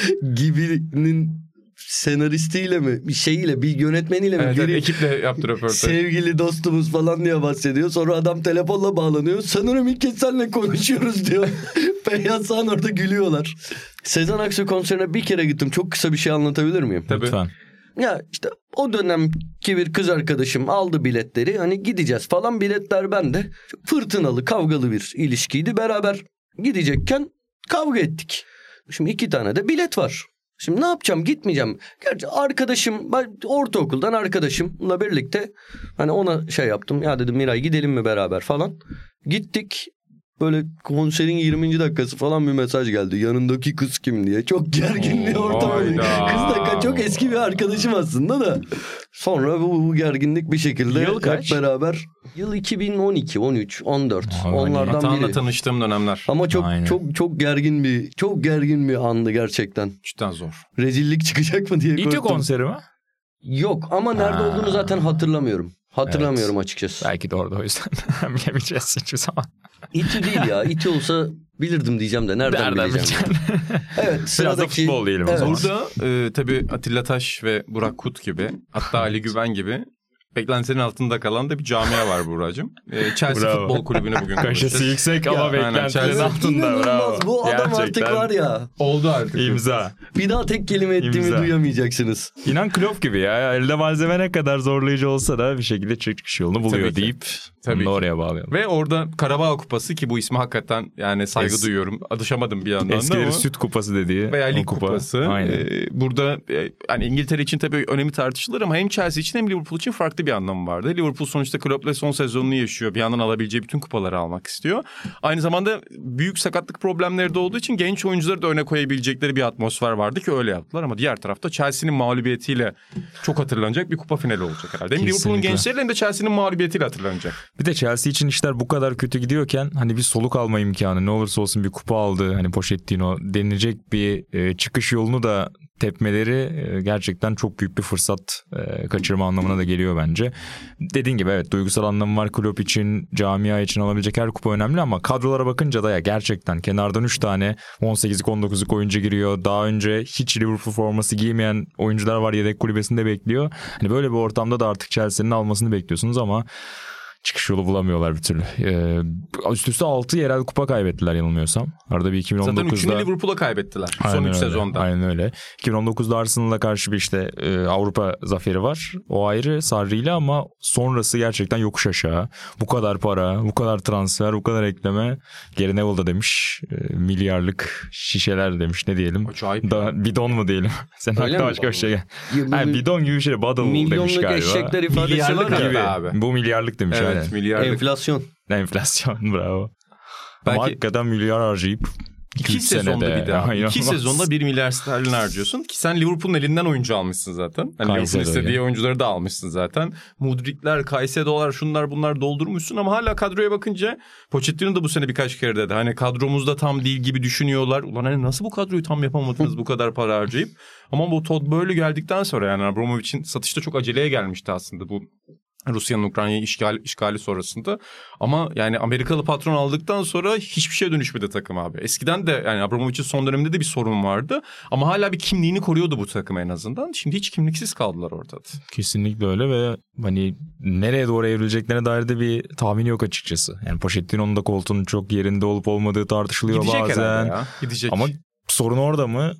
Speaker 3: Gibi'nin senaristiyle mi, bir şeyiyle, bir yönetmeniyle mi?
Speaker 1: Evet, evet,
Speaker 3: Geri-
Speaker 1: ekiple yaptı röportaj.
Speaker 3: Sevgili dostumuz falan diye bahsediyor. Sonra adam telefonla bağlanıyor. Sanırım ilk kez seninle konuşuyoruz diyor. Feyyaz Sağan orada gülüyorlar. Sezen Aksu konserine bir kere gittim. Çok kısa bir şey anlatabilir miyim?
Speaker 1: Tabii.
Speaker 2: Lütfen.
Speaker 3: Ya işte o dönemki bir kız arkadaşım aldı biletleri. Hani gideceğiz falan, biletler bende. Fırtınalı, kavgalı bir ilişkiydi. Beraber gidecekken kavga ettik. Şimdi iki tane de bilet var. Şimdi ne yapacağım? Gitmeyeceğim. Gerçi arkadaşım, ben ortaokuldan arkadaşımla birlikte hani ona şey yaptım. Ya dedim Miray gidelim mi beraber falan. Gittik. Böyle konserin yirminci dakikası falan bir mesaj geldi. Yanındaki kız kim diye. Çok gerginliği ortamı.
Speaker 1: Hayda.
Speaker 3: Kız da çok eski bir arkadaşım aslında da. Sonra bu, bu gerginlik bir şekilde
Speaker 2: Yıl
Speaker 3: hep
Speaker 2: kaç?
Speaker 3: beraber. Yıl iki bin on iki, on üç, on dört.
Speaker 2: Abi,
Speaker 3: Onlardan
Speaker 1: Hatan'la
Speaker 3: biri.
Speaker 1: tanıştığım dönemler.
Speaker 3: Ama çok
Speaker 2: Aynen.
Speaker 3: çok çok gergin bir çok gergin bir andı gerçekten.
Speaker 1: Cidden zor.
Speaker 3: Rezillik çıkacak mı diye
Speaker 2: İTÜ
Speaker 3: korktum.
Speaker 2: konseri mi?
Speaker 3: Yok ama nerede
Speaker 2: Ha.
Speaker 3: olduğunu zaten hatırlamıyorum. Hatırlamıyorum açıkçası.
Speaker 2: Belki de orada o yüzden. Bilemeyeceğiz hiçbir zaman.
Speaker 3: İTÜ değil ya. İTÜ olsa bilirdim diyeceğim de nereden,
Speaker 2: Nereden
Speaker 3: bileceğim?
Speaker 2: bileceksin?
Speaker 3: Evet,
Speaker 2: Biraz da
Speaker 3: sıradaki
Speaker 2: futbol diyelim o
Speaker 3: Evet.
Speaker 2: zaman.
Speaker 1: Burada e, tabii Atilla Taş ve Burak Kut gibi, hatta Ali Güven gibi beklentinin altında kalan da bir camia var Buğra'cığım. E, Chelsea
Speaker 2: Bravo.
Speaker 1: Futbol Kulübü'nü bugün
Speaker 2: Kaşesi
Speaker 1: konuşacağız.
Speaker 2: yüksek
Speaker 3: Ya,
Speaker 2: ama
Speaker 1: aynen,
Speaker 2: beklentilerin
Speaker 1: Chelsea-
Speaker 2: altında.
Speaker 3: İnanılmaz.
Speaker 2: Bravo.
Speaker 3: Bu adam
Speaker 2: Gerçekten
Speaker 3: artık var ya.
Speaker 1: Oldu artık.
Speaker 2: İmza.
Speaker 3: Bir daha tek kelime ettiğimi
Speaker 2: İmza.
Speaker 3: duyamayacaksınız.
Speaker 2: İnan Klopp gibi ya. Elde malzeme ne kadar zorlayıcı olsa da bir şekilde çıkış yolunu buluyor
Speaker 1: Tabii ki.
Speaker 2: deyip
Speaker 1: Tabii
Speaker 2: bunu da
Speaker 1: ki.
Speaker 2: oraya bağlayalım.
Speaker 1: Ve orada Karabağ Kupası, ki bu ismi hakikaten yani saygı
Speaker 2: Es-
Speaker 1: duyuyorum. Adışamadım bir yandan da
Speaker 2: Eskileri
Speaker 1: ama.
Speaker 2: süt kupası dediği
Speaker 1: Veya
Speaker 2: o
Speaker 1: Lig
Speaker 2: kupa.
Speaker 1: Kupası.
Speaker 2: Aynen.
Speaker 1: Ee, burada e, hani İngiltere için tabii önemi tartışılır ama hem Chelsea için hem Liverpool için farklı bir anlamı vardı. Liverpool sonuçta Klopp'la son sezonunu yaşıyor. Bir yandan alabileceği bütün kupaları almak istiyor. Aynı zamanda büyük sakatlık problemleri de olduğu için genç oyuncuları da öne koyabilecekleri bir atmosfer vardı ki öyle yaptılar. Ama diğer tarafta Chelsea'nin mağlubiyetiyle çok hatırlanacak bir kupa finali olacak herhalde. Hem Liverpool'un
Speaker 2: Kesinlikle.
Speaker 1: gençleriyle hem de Chelsea'nin mağlubiyetiyle hatırlanacak.
Speaker 2: Bir de Chelsea için işler bu kadar kötü gidiyorken hani bir soluk alma imkanı, ne olursa olsun bir kupa aldı, hani Pochettino denilecek bir e, çıkış yolunu da tepmeleri e, gerçekten çok büyük bir fırsat e, kaçırma anlamına da geliyor bence. Dediğin gibi evet, duygusal anlamı var. Klopp için, camia için alabilecek her kupa önemli ama kadrolara bakınca da ya gerçekten kenardan üç tane on sekizlik on dokuzluk oyuncu giriyor. Daha önce hiç Liverpool forması giymeyen oyuncular var, yedek kulübesinde bekliyor. Hani böyle bir ortamda da artık Chelsea'nin almasını bekliyorsunuz ama çıkış yolu bulamıyorlar bir türlü. Ee, üst üste altı yerel kupa kaybettiler yanılmıyorsam. Arada bir iki bin on dokuzda.
Speaker 1: Zaten üçünü Liverpool'a kaybettiler
Speaker 2: Aynen
Speaker 1: son üç
Speaker 2: öyle,
Speaker 1: sezonda.
Speaker 2: Aynen öyle. iki bin on dokuzda Arsenal'a karşı bir işte e, Avrupa zaferi var. O ayrı, Sarri'yle, ama sonrası gerçekten yokuş aşağı. Bu kadar para, bu kadar transfer, bu kadar ekleme. Gary Neville da demiş e, milyarlık şişeler demiş, ne diyelim.
Speaker 1: Acayip.
Speaker 2: Da, bidon mu diyelim? Sen
Speaker 3: Öyle
Speaker 2: aklına
Speaker 3: mi?
Speaker 2: başka bir şey gel.
Speaker 3: Ya bu-
Speaker 2: Yani bidon gibi bir şey, bottle demiş
Speaker 3: Milyonluk
Speaker 2: galiba.
Speaker 3: eşekler ifadesi
Speaker 1: Milyarlık
Speaker 3: var ya.
Speaker 1: gibi. abi.
Speaker 2: Bu milyarlık demiş.
Speaker 1: Evet,
Speaker 2: aynen.
Speaker 1: milyarlık.
Speaker 3: Enflasyon.
Speaker 2: Enflasyon, bravo.
Speaker 1: Belki-
Speaker 2: Ama hakikaten milyar harcayıp
Speaker 1: İki
Speaker 2: üç
Speaker 1: sezonda
Speaker 2: senede.
Speaker 1: bir daha.
Speaker 2: Aynen.
Speaker 1: İki sezonda bir milyar sterlin harcıyorsun. Ki sen Liverpool'un elinden oyuncu almışsın zaten. Hani Liverpool
Speaker 2: Caicedo
Speaker 1: istediği
Speaker 2: öyle.
Speaker 1: oyuncuları da almışsın zaten. Mudrikler, Caicedo'lar, şunlar bunlar doldurmuşsun ama hala kadroya bakınca Pochettino da bu sene birkaç kere dedi. Hani kadromuzda tam değil gibi düşünüyorlar. Ulan hani nasıl bu kadroyu tam yapamadınız bu kadar para harcayıp? Ama bu Todd Bowley geldikten sonra, yani Abramovich'in satışta çok aceleye gelmişti aslında bu Rusya'nın Ukrayna'yı işgal, işgali sonrasında. Ama yani Amerikalı patron aldıktan sonra hiçbir şeye dönüşmedi takım abi. Eskiden de yani Abramovich'in son döneminde de bir sorun vardı. Ama hala bir kimliğini koruyordu bu takım en azından. Şimdi hiç kimliksiz kaldılar ortada.
Speaker 2: Kesinlikle öyle ve hani nereye doğru evrileceklerine dair de bir tahmini yok açıkçası. Yani Pochettino'nun da koltuğunun çok yerinde olup olmadığı tartışılıyor
Speaker 1: Gidecek
Speaker 2: bazen.
Speaker 1: herhalde ya. Gidecek.
Speaker 2: Ama sorun orada mı?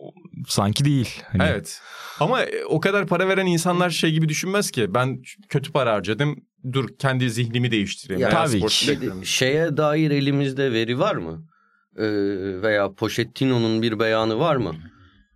Speaker 2: Sanki değil. Hani
Speaker 1: Evet. Ama o kadar para veren insanlar şey gibi düşünmez ki. Ben kötü para harcadım. Dur kendi zihnimi değiştireyim.
Speaker 3: Ya
Speaker 1: Veya
Speaker 2: tabii
Speaker 1: spor
Speaker 2: ki.
Speaker 1: sürekli-
Speaker 3: Şeye dair elimizde veri var mı? Ee, veya Pochettino'nun bir beyanı var mı?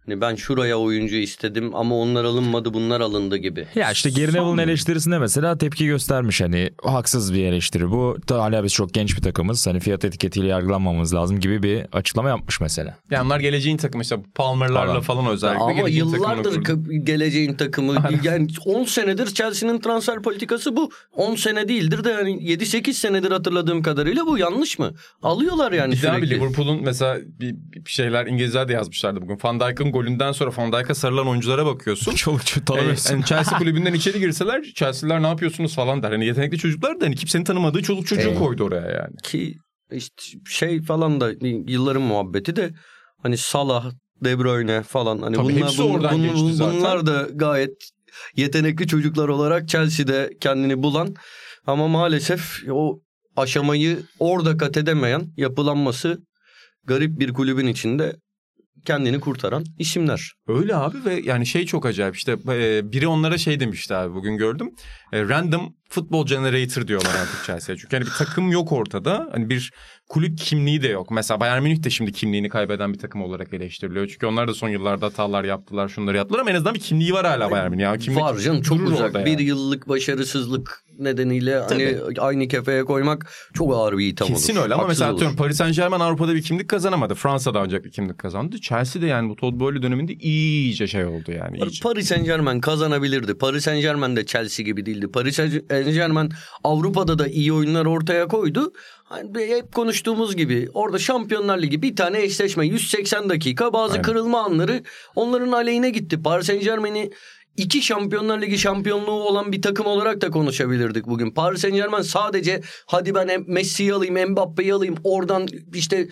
Speaker 3: Hani ben şuraya oyuncu istedim ama onlar alınmadı, bunlar alındı gibi.
Speaker 2: Ya işte Gary Neville'ın eleştirisinde mesela tepki göstermiş, hani haksız bir eleştiri bu. Hala biz çok genç bir takımız, hani fiyat etiketiyle yargılanmamamız lazım gibi bir açıklama yapmış mesela.
Speaker 1: Ya onlar geleceğin takımı işte Palmer'larla falan, falan özellikle.
Speaker 3: Ama yıllardır geleceğin takımı. Yani on senedir Chelsea'nin transfer politikası bu. on sene değildir de yani yedi sekiz senedir hatırladığım kadarıyla bu. Yanlış mı? Alıyorlar yani
Speaker 1: bir
Speaker 3: sürekli.
Speaker 1: Abi Liverpool'un mesela bir, bir şeyler İngilizler de yazmışlardı bugün. Van Dijk'ın golünden sonra Van Dijk'a sarılan oyunculara bakıyorsun.
Speaker 2: Çoluk çocuk tanımıyorsun.
Speaker 1: Yani Chelsea kulübünden içeri girseler Chelsea'liler ne yapıyorsunuz falan der. Hani yetenekli çocuklar da hani kimsenin tanımadığı çoluk çocuğu e, koydu oraya yani.
Speaker 3: Ki işte şey falan da yılların muhabbeti de hani Salah, De Bruyne falan hani
Speaker 1: tabii
Speaker 3: bunlar,
Speaker 1: hepsi oradan
Speaker 3: bun,
Speaker 1: geçti zaten.
Speaker 3: Bunlar da gayet yetenekli çocuklar olarak Chelsea'de kendini bulan ama maalesef o aşamayı orada kat edemeyen, yapılanması garip bir kulübün içinde kendini kurtaran isimler.
Speaker 1: Öyle abi ve yani şey çok acayip işte biri onlara şey demişti abi bugün gördüm. Random football generator diyorlar artık Chelsea'ye. Çünkü hani bir takım yok ortada. Hani bir kulüp kimliği de yok. Mesela Bayern Münih de şimdi kimliğini kaybeden bir takım olarak eleştiriliyor. Çünkü onlar da son yıllarda hatalar yaptılar, şunları yaptılar ama en azından bir kimliği var hala Bayern Münih. Ya, kimlik
Speaker 3: var canım, çok uzak. Bir
Speaker 1: yani.
Speaker 3: Yıllık başarısızlık nedeniyle tabii. Hani aynı kefeye koymak çok ağır bir itham olur.
Speaker 1: Kesin öyle ama mesela atıyorum Paris Saint-Germain Avrupa'da bir kimlik kazanamadı. Fransa'da ancak bir kimlik kazandı. Chelsea de yani bu Todd Boehly döneminde iyice şey oldu yani. Iyice.
Speaker 3: Paris Saint-Germain kazanabilirdi. Paris Saint-Germain de Chelsea gibi değildi. Paris Saint-Germain Avrupa'da da iyi oyunlar ortaya koydu. Hani hep konuştuğumuz gibi orada Şampiyonlar Ligi bir tane eşleşme yüz seksen dakika bazı Aynen. kırılma anları onların aleyhine gitti. Paris Saint-Germain'i iki Şampiyonlar Ligi şampiyonluğu olan bir takım olarak da konuşabilirdik bugün. Paris Saint-Germain sadece hadi ben Messi'yi alayım, Mbappe'yi alayım, oradan işte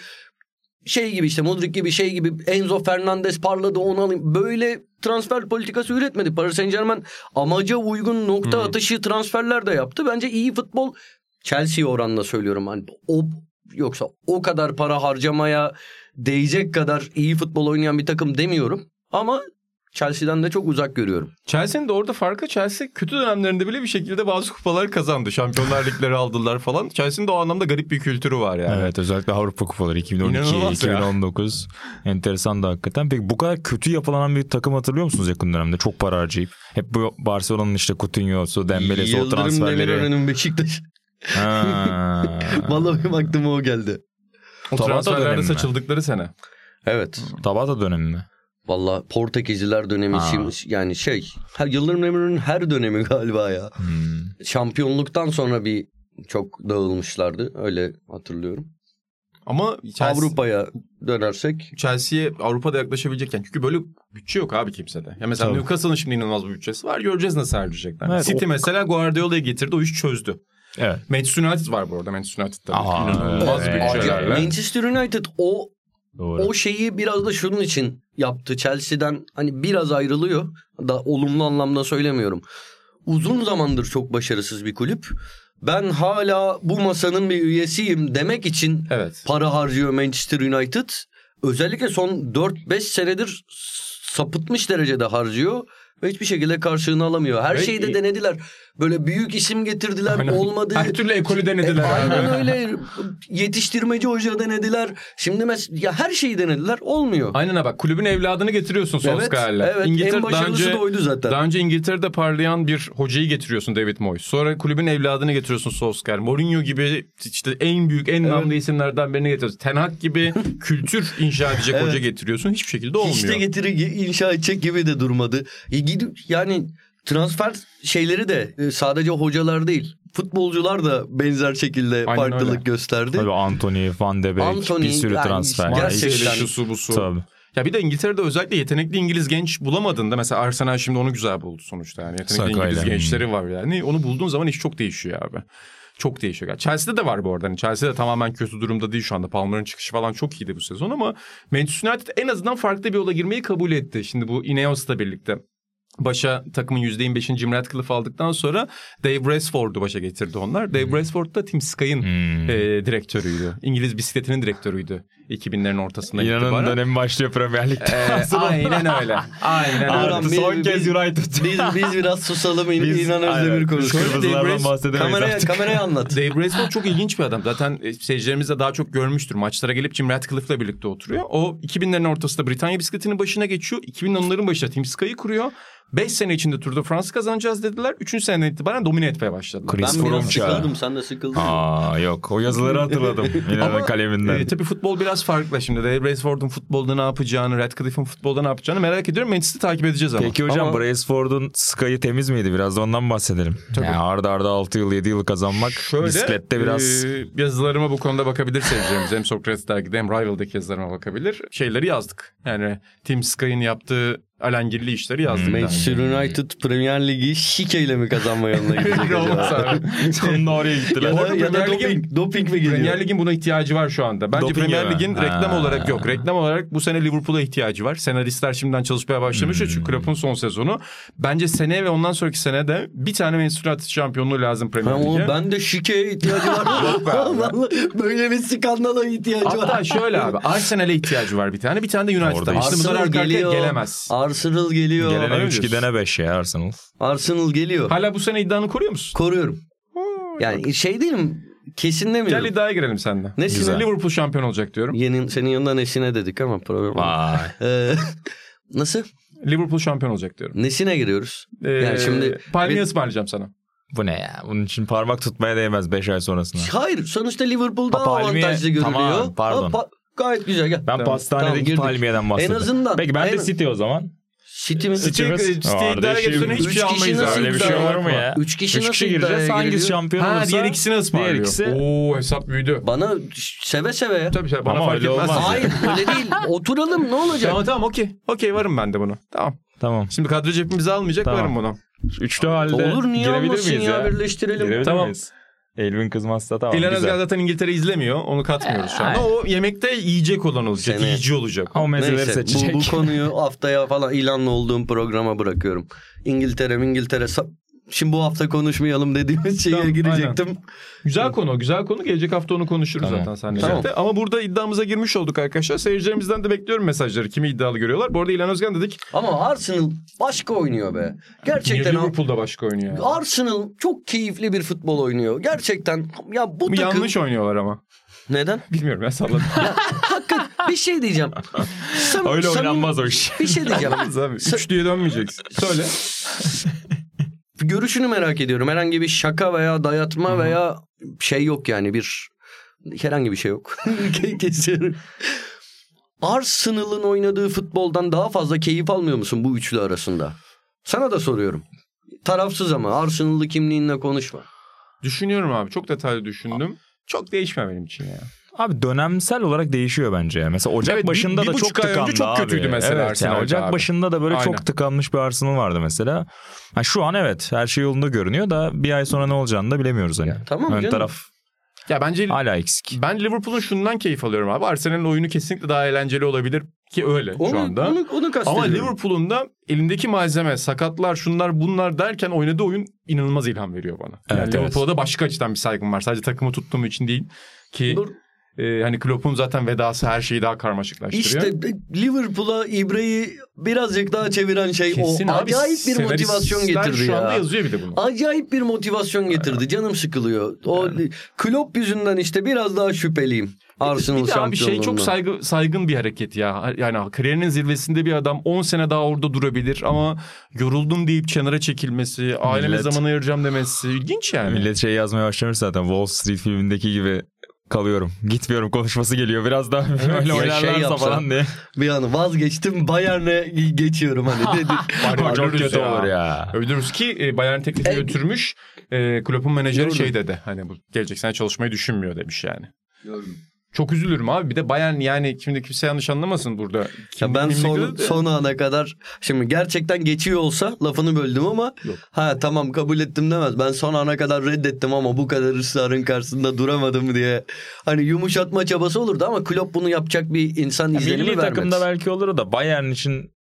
Speaker 3: şey gibi işte Modric gibi şey gibi Enzo Fernandez parladı onu alayım. Böyle transfer politikası üretmedi. Paris Saint-Germain amaca uygun nokta hmm. atışı transferler de yaptı. Bence iyi futbol Chelsea'ye oranla söylüyorum. Hani o yoksa o kadar para harcamaya değecek kadar iyi futbol oynayan bir takım demiyorum. Ama Chelsea'den de çok uzak görüyorum.
Speaker 1: Chelsea'nin de orada farkı, Chelsea kötü dönemlerinde bile bir şekilde bazı kupalar kazandı. Şampiyonlar Ligleri aldılar falan. Chelsea'nin de o anlamda garip bir kültürü var yani.
Speaker 2: Evet, özellikle Avrupa kupaları iki bin on iki iki bin on dokuz enteresan da hakikaten. Peki bu kadar kötü yapılanan bir takım hatırlıyor musunuz yakın dönemde? Çok para harcayıp. Hep bu Barcelona'nın işte Coutinho'su, Dembele'si o transferleri.
Speaker 3: Yıldırım Demirören'in Beşiktaş. Vallahi benim aklıma o geldi.
Speaker 1: O transferlerde saçıldıkları sene.
Speaker 3: Evet.
Speaker 2: Tabata dönemi mi?
Speaker 3: Valla Portekizliler dönemi Aa. yani şey her Yıldırım Demirören'in her dönemi galiba ya. Hmm. Şampiyonluktan sonra bir çok dağılmışlardı, öyle hatırlıyorum.
Speaker 1: Ama Chelsea,
Speaker 3: Avrupa'ya dönersek
Speaker 1: Chelsea'ye Avrupa'da yaklaşabilecekken çünkü böyle bütçe yok abi kimsede. Ya mesela Tabii. Newcastle'ın şimdi inanılmaz bir bütçesi var. Göreceğiz nasıl harcayacaklar. Evet, City o... mesela Guardiola'yı getirdi, o iş çözdü. Evet. Manchester United var bu arada. Manchester United'da Aa, inanılmaz evet. bütçelerle.
Speaker 3: Manchester United o Doğru. O şeyi biraz da şunun için yaptı. Chelsea'den hani biraz ayrılıyor. Da olumlu anlamda söylemiyorum. Uzun zamandır çok başarısız bir kulüp. Ben hala bu masanın bir üyesiyim demek için evet. para harcıyor Manchester United. Özellikle son dört beş senedir sapıtmış derecede harcıyor. Ve hiçbir şekilde karşılığını alamıyor. Her evet. şeyi de denediler. Böyle büyük isim getirdiler. Aynen. Olmadı.
Speaker 1: Her türlü ekolü denediler.
Speaker 3: E, aynen öyle. Yetiştirmeci hoca denediler. Şimdi mes- ya her şeyi denediler. Olmuyor.
Speaker 1: Aynen bak, kulübün evladını getiriyorsun Solskjaer'le.
Speaker 3: Evet. evet.
Speaker 1: İngiltere,
Speaker 3: en başarılısı
Speaker 1: önce,
Speaker 3: da oydu zaten.
Speaker 1: Daha önce İngiltere'de parlayan bir hocayı getiriyorsun, David Moyes. Sonra kulübün evladını getiriyorsun, Solskjaer. Mourinho gibi işte en büyük, en evet. namlı isimlerden birini getiriyorsun. Ten Hag gibi kültür inşa edecek evet. hoca getiriyorsun. Hiçbir şekilde olmuyor.
Speaker 3: Hiç de getiri inşa edecek gibi de durmadı. Yani transfer şeyleri de sadece hocalar değil, futbolcular da benzer şekilde Aynen farklılık öyle. gösterdi.
Speaker 2: Tabii Anthony, Van de Beek, Anthony, bir sürü yani transfer.
Speaker 1: Gerçekten. Şusu busu. Tabii. Ya bir de İngiltere'de özellikle yetenekli İngiliz genç bulamadığında, mesela Arsenal şimdi onu güzel buldu sonuçta. Yani yetenekli Sakayla. İngiliz gençleri var yani. Onu bulduğun zaman iş çok değişiyor abi. Çok değişiyor. Chelsea'de de var bu arada. Yani Chelsea de tamamen kötü durumda değil şu anda. Palmer'ın çıkışı falan çok iyiydi bu sezon ama Manchester United en azından farklı bir yola girmeyi kabul etti. Şimdi bu Ineos'la birlikte. Başa takımın yüzde yirmi beşini Jim Ratcliffe aldıktan sonra Dave Brassford'u başa getirdi onlar. Dave hmm. Brassford da Team Sky'ın hmm. e, direktörüydü. İngiliz bisikletinin direktörüydü. iki binlerin ortasında
Speaker 2: İnanın
Speaker 1: itibaren.
Speaker 2: dönemi başlıyor Premier Lig'de.
Speaker 1: Ee, aynen öyle. Aynen öyle.
Speaker 2: Artı son kez United.
Speaker 3: Biz, biz biraz susalım İn-
Speaker 2: Biz-
Speaker 3: İnan Özdemir
Speaker 2: aynen.
Speaker 3: konuşuyor.
Speaker 1: Şöyle
Speaker 2: Kırmızılardan
Speaker 1: Dave Brace-
Speaker 2: bahsedemeyiz
Speaker 3: Kameraya,
Speaker 2: artık.
Speaker 3: kameraya anlat.
Speaker 1: Dave Bracewell çok ilginç bir adam. Zaten seyircilerimiz de daha çok görmüştür. Maçlara gelip Jim Ratcliffe'le birlikte oturuyor. O iki binlerin ortasında Britanya bisikletinin başına geçiyor. iki bin onların başında Team Sky'ı kuruyor. beş sene içinde Tour de France kazanacağız dediler. üçüncü seneden itibaren domine etmeye başladılar.
Speaker 2: Chris
Speaker 3: Ben
Speaker 2: Froome
Speaker 3: biraz
Speaker 2: çağı.
Speaker 3: sıkıldım. Sen de sıkıldın.
Speaker 2: Aa yok, o yazıları hatırladım. İnanın
Speaker 1: Ama
Speaker 2: kaleminden.
Speaker 1: e, tabii futbol biraz farklı şimdi. Dave Bracewell'ın futbolda ne yapacağını, Radcliffe'in futbolda ne yapacağını merak ediyorum. Manchester'ı takip edeceğiz ama.
Speaker 2: Peki hocam,
Speaker 3: Ama-
Speaker 2: Braceford'un Sky'ı temiz miydi? Biraz da ondan bahsedelim.
Speaker 1: Tabii.
Speaker 2: Yani arda arda altı yıl yedi yıl kazanmak
Speaker 1: Şöyle,
Speaker 2: bisiklette biraz...
Speaker 1: e, yazılarıma bu konuda bakabilir seyircilerimiz. Hem Sokrates dergide hem Rival'daki yazılarıma bakabilir. Şeyleri yazdık. Yani Team Sky'ın yaptığı alengirli işleri yazdık.
Speaker 2: Hmm.
Speaker 3: Manchester United Premier Ligi şikeyle mi kazanma yoluna gidecek acaba?
Speaker 2: Sonunda oraya gittiler.
Speaker 3: ya da,
Speaker 1: Orada
Speaker 3: ya da
Speaker 1: Premier Lig'in-
Speaker 3: doping, doping mi geliyor?
Speaker 1: Premier Lig'in buna ihtiyacı var şu anda. Bence
Speaker 2: Doping
Speaker 1: Premier
Speaker 2: mi?
Speaker 1: Lig'in
Speaker 2: Ha.
Speaker 1: reklam olarak yok. Reklam olarak bu sene Liverpool'a ihtiyacı var. Senaristler şimdiden çalışmaya başlamış ya
Speaker 2: Hmm.
Speaker 1: çünkü Klopp'un son sezonu. Bence seneye ve ondan sonraki sene de bir tane Manchester United şampiyonluğu lazım Premier
Speaker 3: Ama
Speaker 1: Lig'e.
Speaker 3: ben de şikeye ihtiyacı var.
Speaker 1: Yok be abi.
Speaker 3: Vallahi böyle bir skandala ihtiyacı var.
Speaker 1: Hatta şöyle abi Arsenal'e ihtiyacı var bir tane. Bir tane de United'a.
Speaker 2: Oradayız.
Speaker 1: İşte bunlar
Speaker 3: Arsenal
Speaker 1: arka arkaya
Speaker 3: geliyor.
Speaker 1: gelemez.
Speaker 3: Arsenal geliyor.
Speaker 2: Gelene
Speaker 1: Öyle
Speaker 2: üç
Speaker 1: diyorsun.
Speaker 2: gidene beş ya Arsenal.
Speaker 3: Arsenal geliyor.
Speaker 1: Hala bu sene iddianı koruyor musun?
Speaker 3: Koruyorum. Yani şey değilim. Kesin demiyorum.
Speaker 1: Gel iddiaya girelim seninle.
Speaker 3: Nesine?
Speaker 2: Güzel.
Speaker 1: Liverpool şampiyon olacak diyorum.
Speaker 3: Yeni, senin yanında nesine dedik ama problem oldu.
Speaker 2: Vay.
Speaker 3: Ee, nasıl?
Speaker 1: Liverpool şampiyon olacak diyorum.
Speaker 3: Nesine giriyoruz?
Speaker 1: Ee,
Speaker 3: Yani şimdi-
Speaker 1: Palmiye
Speaker 3: bir-
Speaker 1: ısmarlayacağım sana.
Speaker 2: Bu ne ya? Bunun için parmak tutmaya değmez beş ay sonrasına.
Speaker 3: Hayır, sonuçta Liverpool daha
Speaker 2: Ha, Palmiye-
Speaker 3: avantajlı görülüyor.
Speaker 2: Tamam, pardon.
Speaker 3: Ha, pa- gayet güzel gel.
Speaker 2: Ben
Speaker 1: Tamam.
Speaker 2: pastanedeki
Speaker 3: Tamam, girdik.
Speaker 2: palmiyeden bahsettim.
Speaker 3: En azından-
Speaker 2: Peki ben de
Speaker 3: aynen.
Speaker 2: City o zaman.
Speaker 3: City mi?
Speaker 2: City-
Speaker 1: City,
Speaker 2: City'miz-
Speaker 1: City
Speaker 2: Orada
Speaker 1: iddiaya
Speaker 2: şey-
Speaker 1: geçsene hiçbir
Speaker 3: Üç
Speaker 1: şey
Speaker 3: kişi
Speaker 1: almayız.
Speaker 3: nasıl
Speaker 1: abi.
Speaker 2: Öyle bir şey
Speaker 3: iddia
Speaker 2: olur mu ya?
Speaker 3: Üç kişi
Speaker 2: Üç
Speaker 3: nasıl
Speaker 2: kişi
Speaker 3: iddiaya
Speaker 2: gireceğiz. Hangisi
Speaker 3: giriyor?
Speaker 2: şampiyon
Speaker 1: Ha
Speaker 2: olursa
Speaker 1: diğer ikisini ısmarlıyor.
Speaker 2: diğer ikisi-
Speaker 1: Oo hesap büyüdü.
Speaker 3: Bana seve seve ya.
Speaker 1: Tabii tabii bana
Speaker 2: Ama
Speaker 1: fark
Speaker 2: öyle
Speaker 1: etmez.
Speaker 2: olmaz.
Speaker 3: Hayır öyle değil. Oturalım ne olacak?
Speaker 1: Tamam tamam okey. Okey varım ben de buna. Tamam.
Speaker 2: Tamam.
Speaker 1: Şimdi kadro cebimizi almayacak
Speaker 2: Tamam.
Speaker 1: varım buna.
Speaker 2: Üçlü halde
Speaker 3: Olur niye
Speaker 2: girebilir
Speaker 3: olmasın
Speaker 2: miyiz
Speaker 3: ya,
Speaker 2: ya?
Speaker 3: birleştirelim.
Speaker 2: Girebilir
Speaker 1: Tamam.
Speaker 2: miyiz? Elvin kızmazsa tamam.
Speaker 1: İlhan
Speaker 2: güzel.
Speaker 1: Özgen zaten İngiltere izlemiyor. Onu katmıyoruz şu anda. O yemekte yiyecek olan olacak.
Speaker 3: Sene.
Speaker 1: Yiyici olacak.
Speaker 2: Ama mezeleri
Speaker 3: Neyse
Speaker 2: seçecek.
Speaker 3: bu, bu konuyu haftaya falan ilanla olduğum programa bırakıyorum. İngiltere İngiltere sa- şimdi bu hafta konuşmayalım dediğimiz şeye
Speaker 1: Tamam,
Speaker 3: girecektim.
Speaker 1: Güzel konu, güzel konu. Gelecek hafta onu konuşuruz
Speaker 2: Tamam.
Speaker 1: zaten seninle
Speaker 3: Tamam.
Speaker 1: birlikte. Ama burada iddiamıza girmiş olduk arkadaşlar. Seyircilerimizden de bekliyorum mesajları. Kimi iddialı görüyorlar? Bu arada İlhan Özgen dedik.
Speaker 3: Ama Arsenal başka oynuyor be. Gerçekten
Speaker 1: Liverpool'da başka oynuyor. Yani.
Speaker 3: Arsenal çok keyifli bir futbol oynuyor. Gerçekten ya bu
Speaker 1: Bu
Speaker 3: takım...
Speaker 1: yanlış oynuyorlar ama.
Speaker 3: Neden?
Speaker 1: Bilmiyorum ya salladım.
Speaker 3: Bir şey diyeceğim. Sam-
Speaker 2: Öyle
Speaker 3: samimi-
Speaker 2: oynanmaz o iş.
Speaker 3: Bir şey diyeceğim.
Speaker 1: abi. Üç diye dönmeyeceksin. Söyle.
Speaker 3: Görüşünü merak ediyorum. Herhangi bir şaka veya dayatma Hı-hı. veya şey yok yani bir herhangi bir şey yok. Kesiyorum. Arsenal'ın oynadığı futboldan daha fazla keyif almıyor musun bu üçlü arasında? Sana da soruyorum. Tarafsız ama Arsenal'lı kimliğinle konuşma.
Speaker 1: Düşünüyorum abi. Çok detaylı düşündüm. Çok değişmiyor benim için ya.
Speaker 2: Abi dönemsel olarak değişiyor bence. Mesela Ocak
Speaker 1: Evet, bir-
Speaker 2: başında
Speaker 1: bir
Speaker 2: da
Speaker 1: buçuk
Speaker 2: çok
Speaker 1: ay önce
Speaker 2: tıkandı
Speaker 1: çok
Speaker 2: abi.
Speaker 1: kötüydü mesela
Speaker 2: evet,
Speaker 1: Arsenal'de
Speaker 2: yani Ocak
Speaker 1: abi.
Speaker 2: başında da böyle
Speaker 1: Aynen.
Speaker 2: çok tıkanmış bir Arsenal vardı mesela. Ha, şu an evet her şey yolunda görünüyor da bir ay sonra ne olacağını da bilemiyoruz hani.
Speaker 3: Ya, tamam
Speaker 2: Ön
Speaker 3: canım.
Speaker 2: taraf
Speaker 1: Ya bence
Speaker 2: hala eksik.
Speaker 1: ben Liverpool'un şundan keyif alıyorum abi. Arsenal'in oyunu kesinlikle daha eğlenceli olabilir ki öyle
Speaker 3: Onu,
Speaker 1: şu anda.
Speaker 3: onu, onu kastediyorum.
Speaker 1: Ama Liverpool'un da elindeki malzeme, sakatlar, şunlar bunlar derken oynadığı oyun inanılmaz ilham veriyor bana. Yani
Speaker 2: Evet,
Speaker 1: Liverpool'a
Speaker 2: evet.
Speaker 1: da başka açıdan bir saygım var. Sadece takımı tuttuğum için değil ki
Speaker 3: Dur.
Speaker 1: e, hani Klopp'un zaten vedası her şeyi daha karmaşıklaştırıyor.
Speaker 3: İşte Liverpool'a ibreyi birazcık daha çeviren şey
Speaker 1: Kesin
Speaker 3: o.
Speaker 1: abi,
Speaker 3: Acayip bir motivasyon
Speaker 1: senaristler
Speaker 3: getirdi
Speaker 1: şu
Speaker 3: ya.
Speaker 1: anda yazıyor bir de bunu.
Speaker 3: Acayip bir motivasyon getirdi. Canım sıkılıyor. O Klopp yüzünden işte biraz daha şüpheliyim. Arsenal
Speaker 1: Bir de abi şey çok
Speaker 3: şampiyonluğundan.
Speaker 1: saygı, saygın bir hareket ya. Yani kariyerinin zirvesinde bir adam on sene daha orada durabilir ama yoruldum deyip kenara çekilmesi, aileme
Speaker 2: Millet-
Speaker 1: zaman ayıracağım demesi ilginç yani.
Speaker 2: Millet şey yazmaya başlamış zaten Wall Street filmindeki gibi kalıyorum. Gitmiyorum konuşması geliyor. Biraz daha öyle
Speaker 3: ya
Speaker 2: oynarlarsa
Speaker 3: şey yapsa-
Speaker 2: falan diye.
Speaker 3: Bir an vazgeçtim Bayern'e geçiyorum hani dedi.
Speaker 1: Var,
Speaker 2: Çok
Speaker 1: ölürüz
Speaker 2: kötü
Speaker 1: ya.
Speaker 2: olur ya.
Speaker 1: Övdürüz ki e, Bayern teklifi
Speaker 3: E,
Speaker 1: götürmüş. E, Klopp'un menajeri
Speaker 3: Gördüm.
Speaker 1: şey dedi. Hani bu gelecek sene çalışmayı düşünmüyor demiş yani. Çok üzülürüm abi. Bir de Bayern yani şimdi kimse yanlış anlamasın burada.
Speaker 3: Ya
Speaker 1: Kim-
Speaker 3: ben
Speaker 1: kimlik
Speaker 3: son,
Speaker 1: de-
Speaker 3: son ana kadar şimdi gerçekten geçiyor olsa lafını böldüm ama
Speaker 1: Yok.
Speaker 3: ha tamam kabul ettim demez. Ben son ana kadar reddettim ama bu kadar ısrarın karşısında duramadım diye. Hani yumuşatma çabası olurdu ama Klopp bunu yapacak bir insan
Speaker 2: Ya
Speaker 3: izlenimi
Speaker 2: milli
Speaker 3: vermedi.
Speaker 2: takımda belki olur da Bayern için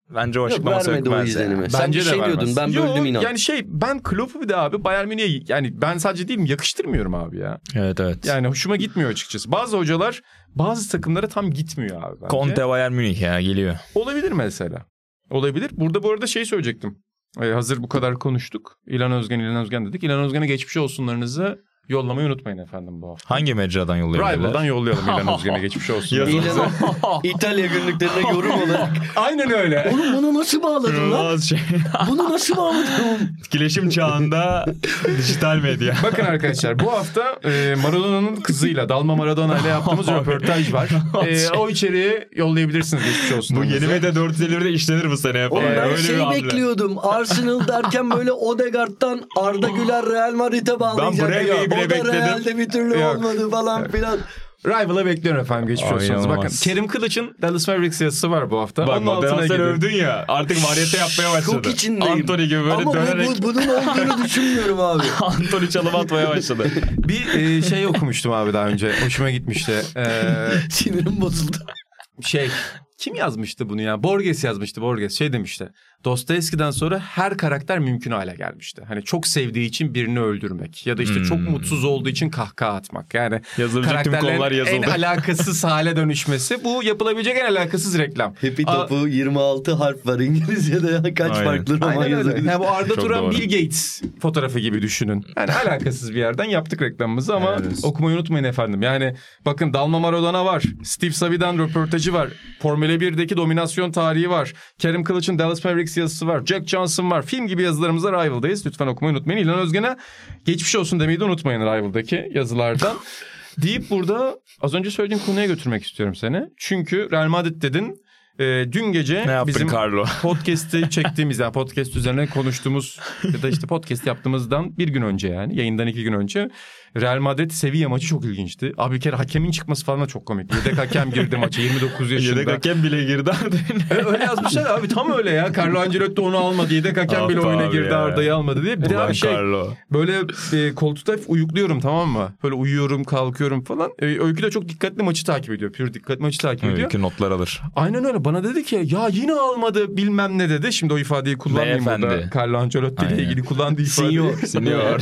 Speaker 2: Bence o
Speaker 3: Yok,
Speaker 2: açıklaması
Speaker 3: vermedi o
Speaker 2: ökmez
Speaker 3: izlenimi.
Speaker 2: yani.
Speaker 3: Sen
Speaker 1: Bence
Speaker 3: bir
Speaker 1: de
Speaker 3: şey
Speaker 1: vermez.
Speaker 3: diyordun, ben
Speaker 1: Yo,
Speaker 3: böldüm inan.
Speaker 1: Yani şey, ben Klopp'u bir de abi Bayern Münih'e, yani ben sadece değilim, yakıştırmıyorum abi ya.
Speaker 2: Evet evet.
Speaker 1: Yani hoşuma gitmiyor açıkçası. Bazı hocalar bazı takımlara tam gitmiyor abi bence.
Speaker 2: Conte Bayern Münih ya geliyor.
Speaker 1: Olabilir mesela. Olabilir. Burada bu arada şey söyleyecektim. Ee, hazır bu kadar konuştuk. İlhan Özgen, İlhan Özgen dedik. İlhan Özgen'e geçmiş olsunlarınızı yollamayı unutmayın efendim bu hafta.
Speaker 2: Hangi mecradan yollayabilirler?
Speaker 1: Rival'dan yollayalım İlhan Özgen'e geçmiş olsun.
Speaker 3: İlan- İtalya günlüklerine yorum olarak.
Speaker 1: Aynen öyle.
Speaker 3: Oğlum bunu nasıl bağladın lan?
Speaker 2: İnanılmaz şey.
Speaker 3: Bunu nasıl bağladın?
Speaker 2: Etkileşim çağında dijital medya.
Speaker 1: Bakın arkadaşlar, bu hafta e, Maradona'nın kızıyla, Dalma Maradona ile yaptığımız röportaj var. E, o içeriği yollayabilirsiniz geçmiş olsun.
Speaker 2: Bu yeni medya dört yüz elli birde işlenir bu sene yapalım.
Speaker 3: Oğlum ben
Speaker 2: Öyle bir
Speaker 3: şey
Speaker 2: hamle.
Speaker 3: bekliyordum. Arsenal derken böyle Odegaard'dan Arda Güler Real Madrid'e bağlayacak.
Speaker 2: Ben Brave'yi bile
Speaker 3: o da
Speaker 2: bekledim.
Speaker 3: Real'de bir türlü
Speaker 1: Yok.
Speaker 3: olmadı falan filan.
Speaker 1: Rival'a bekliyorum efendim geçmiş
Speaker 2: Ay,
Speaker 1: olsun. Bakın
Speaker 2: inanılmaz.
Speaker 1: Kerim Kılıç'ın Dallas Mavericks yazısı var bu hafta.
Speaker 2: Bak
Speaker 1: Onun altına
Speaker 2: moderasyon
Speaker 1: gidin.
Speaker 2: övdün ya artık variyete yapmaya başladı.
Speaker 3: Çok içindeyim.
Speaker 2: Anthony gibi böyle
Speaker 3: Ama
Speaker 2: dönerek.
Speaker 3: bu, bu, bunun olduğunu düşünmüyorum abi.
Speaker 2: Anthony çalım atmaya başladı.
Speaker 1: Bir e, şey okumuştum abi daha önce. Hoşuma gitmişti. Ee,
Speaker 3: Sinirim bozuldu.
Speaker 1: şey kim yazmıştı bunu ya? Borges yazmıştı. Borges şey demişti. Dostoyevski'den sonra her karakter mümkün hale gelmişti. Hani çok sevdiği için birini öldürmek ya da işte
Speaker 2: Hmm.
Speaker 1: çok mutsuz olduğu için kahkaha atmak. Yani
Speaker 2: Yazılacak tüm konular
Speaker 1: karakterlerin en
Speaker 2: yazıldı.
Speaker 1: alakasız hale dönüşmesi, bu yapılabilecek en alakasız reklam.
Speaker 3: Happy
Speaker 1: Aa,
Speaker 3: Top'u yirmi altı harf var İngilizce'de ya. Kaç
Speaker 2: Aynen.
Speaker 3: farklı roman
Speaker 1: Aynen öyle.
Speaker 3: yazabilir.
Speaker 1: Yani bu Arda
Speaker 2: Çok
Speaker 1: Turan
Speaker 2: doğru.
Speaker 1: Bill Gates fotoğrafı gibi düşünün. Yani alakasız bir yerden yaptık reklamımızı ama
Speaker 2: Evet.
Speaker 1: okumayı unutmayın efendim. Yani bakın Dalma Maradona var. Steve Savi'den röportajı var. Formula birdeki dominasyon tarihi var. Kerim Kılıç'ın Dallas Mavericks yazısı var. Jack Johnson var. Film gibi yazılarımızda Rival'dayız. Lütfen okumayı unutmayın. İlhan Özgen'e geçmiş olsun demeyi de unutmayın Rival'daki yazılardan. Deyip burada az önce söylediğim konuya götürmek istiyorum seni. Çünkü Real Madrid dedin. Ee, dün gece
Speaker 2: Ne yaptın
Speaker 1: bizim
Speaker 2: Carlo?
Speaker 1: podcast'i çektiğimiz, yani podcast üzerine konuştuğumuz ya da işte podcast yaptığımızdan bir gün önce, yani yayından iki gün önce Real Madrid Sevilla maçı çok ilginçti. Abi bir kere hakemin çıkması falan da çok komik. Yedek hakem girdi maça yirmi dokuz yaşında.
Speaker 2: Yedek hakem bile girdi.
Speaker 1: E, öyle yazmışlar abi, tam öyle ya. Carlo Ancelotti onu almadı. Yedek hakem
Speaker 2: Of
Speaker 1: bile oyuna
Speaker 2: abi
Speaker 1: girdi,
Speaker 2: ya.
Speaker 1: Arda'yı almadı diye. Bir de
Speaker 2: Ulan
Speaker 1: abi şey
Speaker 2: Carlo.
Speaker 1: böyle e, koltukta hep uyukluyorum, tamam mı? Böyle uyuyorum, kalkıyorum falan. E, Öykü de çok dikkatli maçı takip ediyor. Pür dikkatli maçı takip ediyor.
Speaker 2: Öykü notlar alır.
Speaker 1: Aynen öyle. Bana dedi ki ya yine almadı bilmem ne dedi. Şimdi o ifadeyi kullanmayayım
Speaker 2: Beyefendi.
Speaker 1: burada. Carlo Ancelotti ile
Speaker 2: Aynen.
Speaker 1: ilgili kullandığı ifadeyi.
Speaker 3: Senior.
Speaker 2: Senior.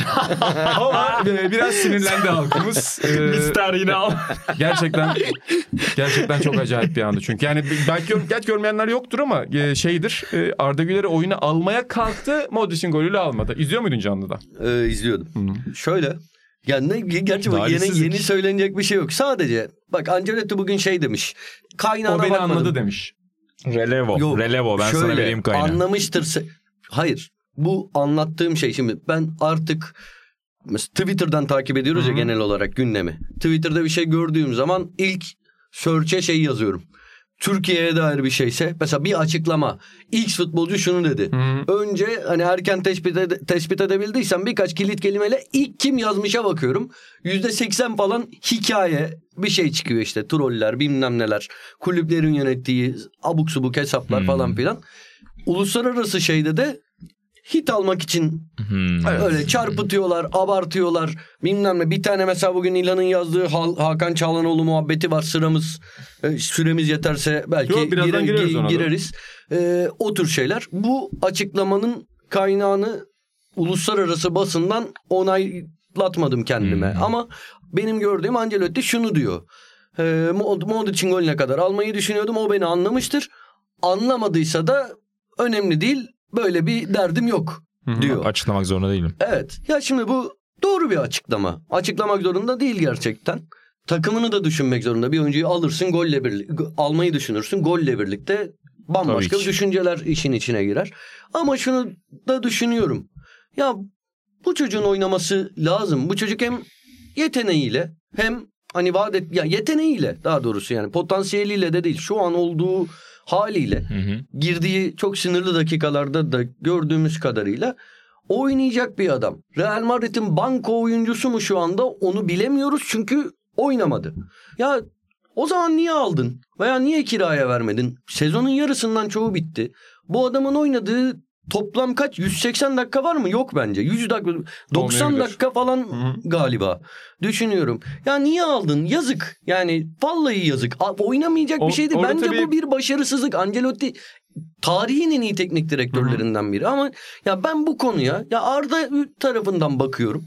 Speaker 1: Ama e, biraz sinirlendi halkımız. E,
Speaker 2: Mister yine al.
Speaker 1: gerçekten gerçekten çok acayip bir andı. Çünkü yani belki gör, gerçi görmeyenler yoktur ama e, şeydir. E, Arda Güler'i oyuna almaya kalktı. Modric'in golüyle almadı. İzliyor muydun canlıda?
Speaker 3: Ee, izliyordum.
Speaker 1: Hı.
Speaker 3: Şöyle. Yani ne, gerçi bak yeni,
Speaker 2: Talihsizlik.
Speaker 3: yeni söylenecek bir şey yok. Sadece bak Ancelotti bugün şey demiş. Kaynağına
Speaker 1: O beni
Speaker 3: bakmadım.
Speaker 1: anladı demiş.
Speaker 2: Relevo.
Speaker 3: Yok,
Speaker 2: Relevo. Ben
Speaker 3: şöyle,
Speaker 2: sana vereyim kaynağı.
Speaker 3: Anlamıştır. se- Hayır. Bu anlattığım şey şimdi ben artık mesela Twitter'dan takip ediyoruz
Speaker 1: Hı-hı.
Speaker 3: ya genel olarak gündemi. Twitter'da bir şey gördüğüm zaman ilk search'e şey yazıyorum. Türkiye'ye dair bir şeyse mesela bir açıklama. X futbolcu şunu dedi.
Speaker 1: Hı.
Speaker 3: Önce hani erken tespit, ede- tespit edebildiysem birkaç kilit kelimeyle ilk kim yazmışa bakıyorum. yüzde seksen falan hikaye bir şey çıkıyor işte. Troller bilmem neler. Kulüplerin yönettiği abuk subuk hesaplar
Speaker 2: Hmm.
Speaker 3: falan filan. Uluslararası şeyde de hit almak için
Speaker 2: Hmm.
Speaker 1: Evet.
Speaker 3: öyle çarpıtıyorlar, abartıyorlar. Bilmem ne. Bir tane mesela bugün İlhan'ın yazdığı Ha- Hakan Çağlanoğlu muhabbeti var. Sıramız, e, süremiz yeterse belki
Speaker 1: Yok, birazdan
Speaker 3: gire-
Speaker 1: gireriz ona da.
Speaker 3: gireriz. E, o tür şeyler. Bu açıklamanın kaynağını uluslararası basından onaylatmadım kendime.
Speaker 2: Hmm.
Speaker 3: Ama benim gördüğüm Ancelotti şunu diyor. E, Mod- Modric'in golüne kadar almayı düşünüyordum. O beni anlamıştır. Anlamadıysa da önemli değil. Böyle bir derdim yok
Speaker 1: Hı-hı.
Speaker 3: diyor.
Speaker 2: Açıklamak zorunda değilim.
Speaker 3: Evet. Ya şimdi bu doğru bir açıklama. Açıklamak zorunda değil gerçekten. Takımını da düşünmek zorunda. Bir oyuncuyu alırsın golle birlikte almayı düşünürsün. Golle birlikte bambaşka
Speaker 2: Tabii ki.
Speaker 3: düşünceler işin içine girer. Ama şunu da düşünüyorum. Ya bu çocuğun oynaması lazım. Bu çocuk hem yeteneğiyle hem hani vaat et, ya yeteneğiyle daha doğrusu yani potansiyeliyle de değil. Şu an olduğu haliyle
Speaker 2: Hı hı.
Speaker 3: girdiği çok sınırlı dakikalarda da gördüğümüz kadarıyla oynayacak bir adam. Real Madrid'in banko oyuncusu mu şu anda onu bilemiyoruz çünkü oynamadı. Ya o zaman niye aldın veya niye kiraya vermedin? Sezonun yarısından çoğu bitti. Bu adamın oynadığı toplam kaç? yüz seksen dakika var mı? Yok bence. yüz dakika, doksan
Speaker 1: Olmayabilir.
Speaker 3: dakika falan
Speaker 1: Hı-hı.
Speaker 3: galiba. Düşünüyorum. Ya niye aldın? Yazık. Yani vallahi yazık. A- Oynamayacak
Speaker 1: O-
Speaker 3: bir şeydi.
Speaker 1: orada
Speaker 3: Bence
Speaker 1: tabii-
Speaker 3: bu bir başarısızlık. Ancelotti tarihin en iyi teknik direktörlerinden biri. Ama ya ben bu konuya ya Arda tarafından bakıyorum.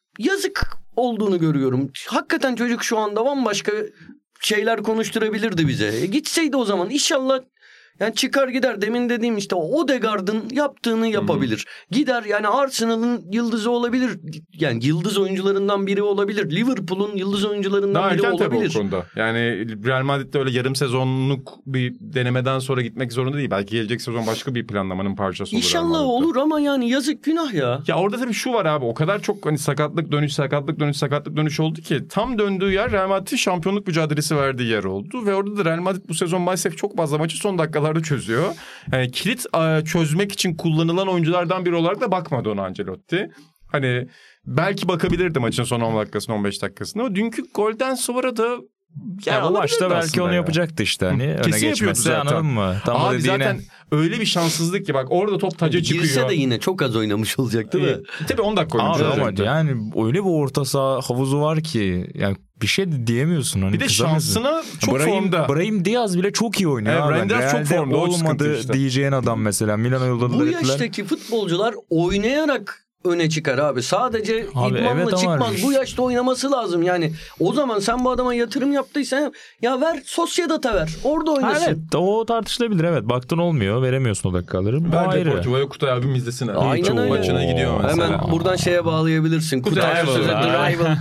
Speaker 3: Yazık olduğunu görüyorum. Hakikaten çocuk şu anda bambaşka şeyler konuşturabilirdi bize. E gitseydi o zaman inşallah yani çıkar gider. Demin dediğim işte Odegaard'ın yaptığını yapabilir. Hı-hı. Gider yani Arsenal'ın yıldızı olabilir. Yani yıldız oyuncularından biri olabilir. Liverpool'un yıldız oyuncularından
Speaker 1: daha
Speaker 3: biri olabilir.
Speaker 1: Daha erken tabii o konuda. Yani Real Madrid'de öyle yarım sezonluk bir denemeden sonra gitmek zorunda değil. Belki gelecek sezon başka bir planlamanın parçası olur.
Speaker 3: İnşallah olur ama yani yazık günah ya.
Speaker 1: Ya orada tabii şu var abi. O kadar çok hani sakatlık dönüş sakatlık dönüş sakatlık dönüş oldu ki tam döndüğü yer Real Madrid'in şampiyonluk mücadelesi verdiği yer oldu. Ve orada da Real Madrid bu sezon maalesef çok fazla maçı son dakikalar çözüyor. Yani kilit çözmek için kullanılan oyunculardan biri olarak da bakmadı ona Ancelotti. Hani belki bakabilirdi maçın son on dakikasına on beş dakikasına. O dünkü golden sonra da
Speaker 2: yani o maçta belki onu ya. yapacaktı işte hani. Hı. Öne geçmesi anladın mı? Tam
Speaker 1: abi
Speaker 2: dediğine...
Speaker 1: zaten öyle bir şanssızlık ki bak orada top taca çıkıyor.
Speaker 3: Girse de yine çok az oynamış olacaktı
Speaker 1: ee,
Speaker 3: da.
Speaker 1: Tabii on dakika oynamış
Speaker 2: olacaktı. Yani öyle bir orta saha havuzu var ki yani bir şey de diyemiyorsun. Hani
Speaker 1: bir de şansına çok
Speaker 2: Brahim,
Speaker 1: formda.
Speaker 2: Brahim Diaz bile çok iyi oynuyor. Evet,
Speaker 1: Brahim Diaz çok formda.
Speaker 2: Olmadı işte. Diyeceğin adam mesela. Milan'a yolladılar.
Speaker 3: Bu yaştaki futbolcular oynayarak öne çıkar abi. Sadece abi, idmanla evet çıkmaz. Bu yaşta oynaması lazım. Yani o zaman sen bu adama yatırım yaptıysan ya ver Sociedad'a ver. Orada oynasın.
Speaker 2: Ha, evet o tartışılabilir. Evet baktın olmuyor. Veremiyorsun o dakikaları.
Speaker 1: Bence Porto'ya Kutay abim izlesin.
Speaker 3: Aynen öyle.
Speaker 1: Maçına gidiyor mesela.
Speaker 3: Hemen buradan şeye bağlayabilirsin. Kutay Rival.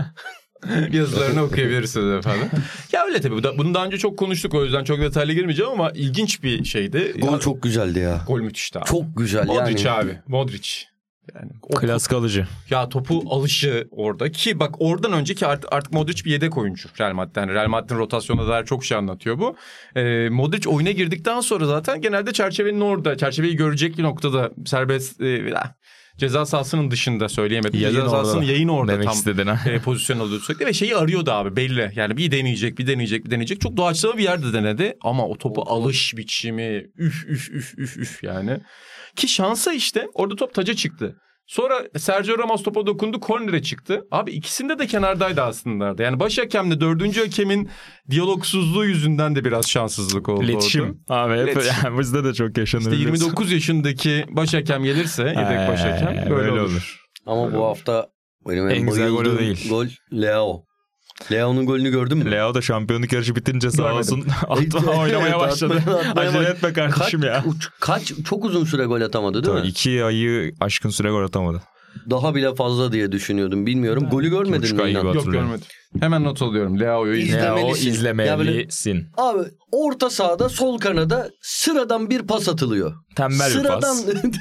Speaker 1: Yazılarını okuyabilirsiniz efendim. Ya öyle tabii. Bunu daha önce çok konuştuk. O yüzden çok detaylı girmeyeceğim ama ilginç bir şeydi.
Speaker 3: Gol
Speaker 1: ya,
Speaker 3: çok güzeldi ya.
Speaker 1: Gol müthişti abi.
Speaker 3: Çok güzel
Speaker 1: Modric
Speaker 3: yani.
Speaker 1: Modric abi. Modric. Yani
Speaker 2: klas kalıcı.
Speaker 1: Ya topu alışı orada ki bak oradan önceki artık, artık Modric bir yedek oyuncu Real Madrid'den. Yani Real Madrid'in rotasyonuna dair çok şey anlatıyor bu. Ee, Modric oyuna girdikten sonra zaten genelde çerçevenin orada, çerçeveyi görecek bir noktada serbest e, ceza sahasının dışında söyleyemedim. Yayın ceza sahasının yayın orada tam e, pozisyon alıyordu sürekli ve şeyi arıyordu abi belli. Yani bir deneyecek, bir deneyecek, bir deneyecek. Çok doğaçlama bir yerde denedi ama o topu alış biçimi üf üf üf üf üf yani. Ki şansa işte orada top taca çıktı. Sonra Sergio Ramos topa dokundu, kornere çıktı. Abi ikisinde de kenardaydı aslında. Yani baş hakemle dördüncü hakemin diyalogsuzluğu yüzünden de biraz şanssızlık oldu.
Speaker 2: İletişim. Abi hep yani bizde de çok yaşanır.
Speaker 1: İşte yirmi dokuz yaşındaki baş hakem gelirse, yedek baş hakem böyle olur. olur.
Speaker 3: Ama
Speaker 1: böyle
Speaker 3: bu
Speaker 1: olur.
Speaker 3: hafta benim
Speaker 2: en güzel golü değil.
Speaker 3: Gol Leao. Leao'nun golünü gördün mü?
Speaker 2: Leo da şampiyonluk yarışı bitince sağ olsun atma oynamaya başladı. Acele etme kardeşim
Speaker 3: kaç,
Speaker 2: ya.
Speaker 3: Kaç çok uzun süre gol atamadı değil
Speaker 2: Tabii
Speaker 3: mi?
Speaker 2: İki ayı aşkın süre gol atamadı.
Speaker 3: Daha bile fazla diye düşünüyordum. Bilmiyorum. Golü görmedin mi?
Speaker 1: Yok görmedim. Hemen not alıyorum. Leao'yu
Speaker 2: izlemelisin. izlemelisin.
Speaker 3: Abi orta sahada sol kanada sıradan bir pas atılıyor.
Speaker 2: Tembel
Speaker 3: sıradan,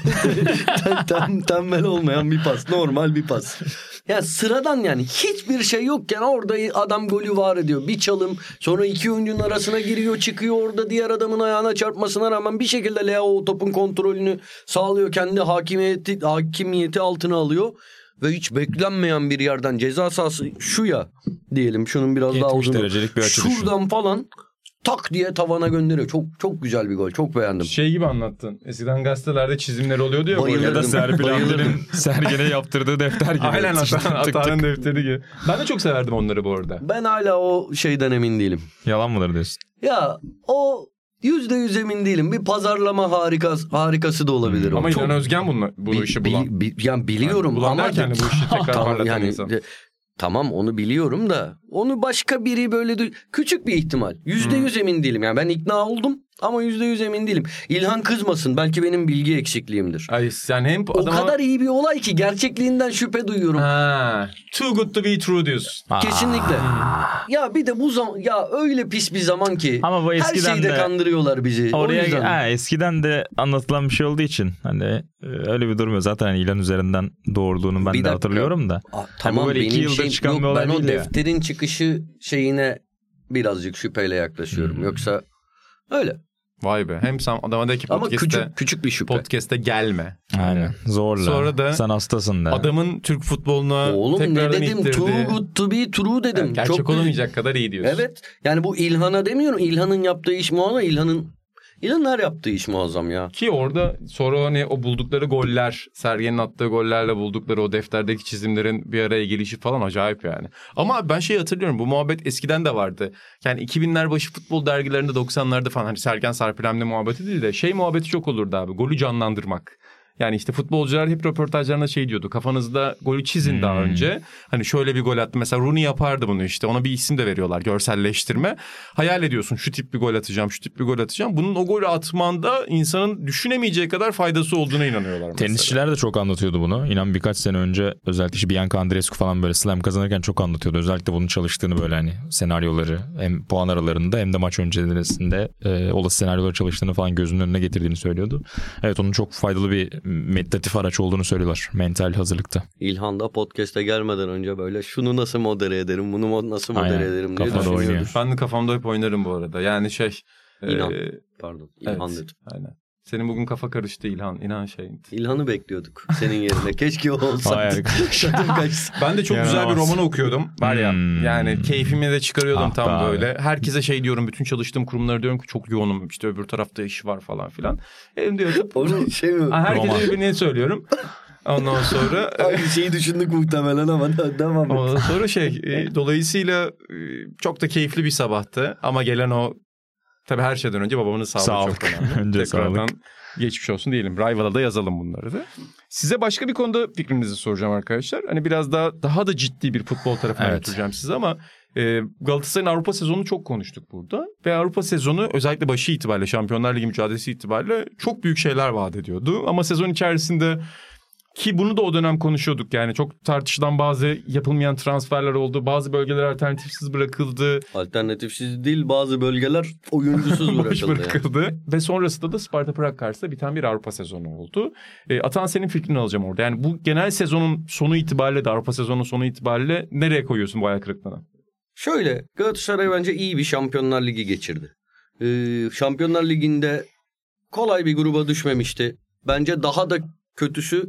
Speaker 2: bir
Speaker 3: pas. tem, tembel olmayan bir pas. Normal bir pas. Ya sıradan yani hiçbir şey yokken orada adam golü var ediyor. Bir çalım sonra iki oyuncunun arasına giriyor çıkıyor orada diğer adamın ayağına çarpmasına rağmen bir şekilde Leo o topun kontrolünü sağlıyor. Kendi hakimiyeti, hakimiyeti altına alıyor. Ve hiç beklenmeyen bir yerden ceza sahası şu ya diyelim şunun biraz daha uzun.
Speaker 2: derecelik bir açı
Speaker 3: şuradan
Speaker 2: düşün.
Speaker 3: falan tak diye tavana gönderiyor. Çok çok güzel bir gol. Çok beğendim.
Speaker 1: Şey gibi anlattın. Eskiden gazetelerde çizimler oluyordu ya.
Speaker 3: Bayılırdım.
Speaker 2: Ya da Serpil Hamdi'nin Sergen'e yaptırdığı defter gibi.
Speaker 1: Aynen Atan'ın defteri gibi. Ben de çok severdim onları bu arada.
Speaker 3: Ben hala o şeyden emin değilim.
Speaker 2: Yalan mıdır diyorsun?
Speaker 3: Ya o yüzde yüz emin değilim. Bir pazarlama harikası, harikası da olabilir.
Speaker 1: Hmm.
Speaker 3: O.
Speaker 1: Ama
Speaker 3: çok...
Speaker 1: İlhan Özgen bunu, bunu
Speaker 3: Bi,
Speaker 1: işi bulan.
Speaker 3: Bi, bi, yani biliyorum
Speaker 1: yani bulan
Speaker 3: ama...
Speaker 1: derken bu işi tekrar parlatan
Speaker 3: yani,
Speaker 1: insan.
Speaker 3: Tamam onu biliyorum da onu başka biri böyle küçük bir ihtimal. Yüzde yüz emin değilim. Yani ben ikna oldum ama yüzde yüz emin değilim. İlhan kızmasın. Belki benim bilgi eksikliğimdir.
Speaker 1: Ay yani hem
Speaker 3: o
Speaker 1: adama...
Speaker 3: kadar iyi bir olay ki gerçekliğinden şüphe duyuyorum.
Speaker 1: Ha, too good to be true diyorsun.
Speaker 3: Kesinlikle. Ya bir de bu zaman ya öyle pis bir zaman ki
Speaker 2: ama bu
Speaker 3: her şeyde de kandırıyorlar bizi.
Speaker 2: Oraya ha, eskiden de anlatılan bir şey olduğu için hani öyle bir durmuyor. Zaten hani ilan üzerinden doğurduğunu ben bir de dakika. hatırlıyorum da.
Speaker 3: Aa, tamam
Speaker 2: böyle iki yıldır
Speaker 3: şey,
Speaker 2: çıkan
Speaker 3: yok,
Speaker 2: bir olay
Speaker 3: ben o
Speaker 2: değil
Speaker 3: defterin ya. Çıkışı şeyine birazcık şüpheyle yaklaşıyorum. Hmm. Yoksa öyle.
Speaker 1: Vay be. Hem sen adama de ki podcast'te...
Speaker 3: Ama küçük, küçük bir şüphe.
Speaker 1: Podcast'te gelme.
Speaker 2: Aynen. Zorla. Sonra da... Sen hastasın da.
Speaker 1: Adamın Türk futboluna
Speaker 3: oğlum
Speaker 1: tekrardan
Speaker 3: ne dedim?
Speaker 1: ittirdi.
Speaker 3: Too good to be true dedim.
Speaker 1: Yani gerçek Çok olamayacak kadar iyi diyorsun.
Speaker 3: Evet. Yani bu İlhan'a demiyorum. İlhan'ın yaptığı iş muhakkak İlhan'ın İlhan'ın her yaptığı iş muazzam ya.
Speaker 1: Ki orada sonra hani o buldukları goller, Sergen'in attığı gollerle buldukları o defterdeki çizimlerin bir araya gelişi falan acayip yani. Ama ben şey hatırlıyorum, bu muhabbet eskiden de vardı. Yani iki binler başı futbol dergilerinde doksanlarda falan hani Sergen Sarpılem'le muhabbeti değil de şey muhabbeti çok olurdu abi. Golü canlandırmak. Yani işte futbolcular hep röportajlarında şey diyordu. Kafanızda golü çizin hmm. daha önce. Hani şöyle bir gol attı. Mesela Rooney yapardı bunu işte. Ona bir isim de veriyorlar. Görselleştirme. Hayal ediyorsun şu tip bir gol atacağım, şu tip bir gol atacağım. Bunun o golü atmanda insanın düşünemeyeceği kadar faydası olduğuna inanıyorlar mesela.
Speaker 2: Tenisçiler de çok anlatıyordu bunu. İnan birkaç sene önce özellikle işte Bianca Andreescu falan böyle slam kazanırken çok anlatıyordu. Özellikle bunun çalıştığını böyle hani senaryoları hem puan aralarında hem de maç öncesinde e, olası senaryoları çalıştığını falan gözünün önüne getirdiğini söylüyordu. Evet, onun çok faydalı bir meditatif araç olduğunu söylüyorlar mental hazırlıkta.
Speaker 3: İlhan da podcast'e gelmeden önce böyle şunu nasıl modere ederim, bunu nasıl modere Aynen. ederim diye
Speaker 2: Kafada
Speaker 3: düşünüyordur.
Speaker 1: Ben de kafamda hep oynarım bu arada. Yani şey...
Speaker 3: İlhan.
Speaker 1: E...
Speaker 3: Pardon. İlhan
Speaker 1: evet,
Speaker 3: dedim.
Speaker 1: Aynen. Senin bugün kafa karıştı İlhan. İlhan şey.
Speaker 3: İlhan'ı bekliyorduk senin yerine. Keşke o olsaydı.
Speaker 1: Ben de çok güzel bir roman okuyordum. Var ya hmm. yani keyfimi de çıkarıyordum ah, tam abi. Böyle. Herkese şey diyorum, bütün çalıştığım kurumlara diyorum ki çok yoğunum. İşte öbür tarafta iş var falan filan. Elim diyordum.
Speaker 3: Onun şey mi?
Speaker 1: Herkese birbirini söylüyorum. Ondan sonra...
Speaker 3: Aynı şeyi düşündük muhtemelen ama devam et.
Speaker 1: Ondan sonra şey e, dolayısıyla e, çok da keyifli bir sabahtı. Ama gelen o... Tabii her şeyden önce babamın sağlığı
Speaker 2: sağlık.
Speaker 1: çok önemli.
Speaker 2: Önce
Speaker 1: Tekrardan
Speaker 2: sağlık.
Speaker 1: Geçmiş olsun diyelim. Rival'a da yazalım bunları da. Size başka bir konuda fikrinizi soracağım arkadaşlar. Hani biraz daha daha da ciddi bir futbol tarafına evet. götüreceğim size ama e, Galatasaray'ın Avrupa sezonunu çok konuştuk burada. Ve Avrupa sezonu özellikle başı itibariyle, Şampiyonlar Ligi mücadelesi itibariyle çok büyük şeyler vaat ediyordu. Ama sezon içerisinde... Ki bunu da o dönem konuşuyorduk yani çok tartışılan bazı yapılmayan transferler oldu. Bazı bölgeler alternatifsiz bırakıldı.
Speaker 3: Alternatifsiz değil, bazı bölgeler oyuncusuz bırakıldı.
Speaker 1: bırakıldı. Yani. Ve sonrasında da Sparta Prag karşısında biten bir Avrupa sezonu oldu. E, Atan senin fikrini alacağım orada. Yani bu genel sezonun sonu itibariyle de Avrupa sezonun sonu itibariyle nereye koyuyorsun bu ayak kırıklığına?
Speaker 3: Şöyle, Galatasaray bence iyi bir Şampiyonlar Ligi geçirdi. Ee, Şampiyonlar Ligi'nde kolay bir gruba düşmemişti. Bence daha da kötüsü...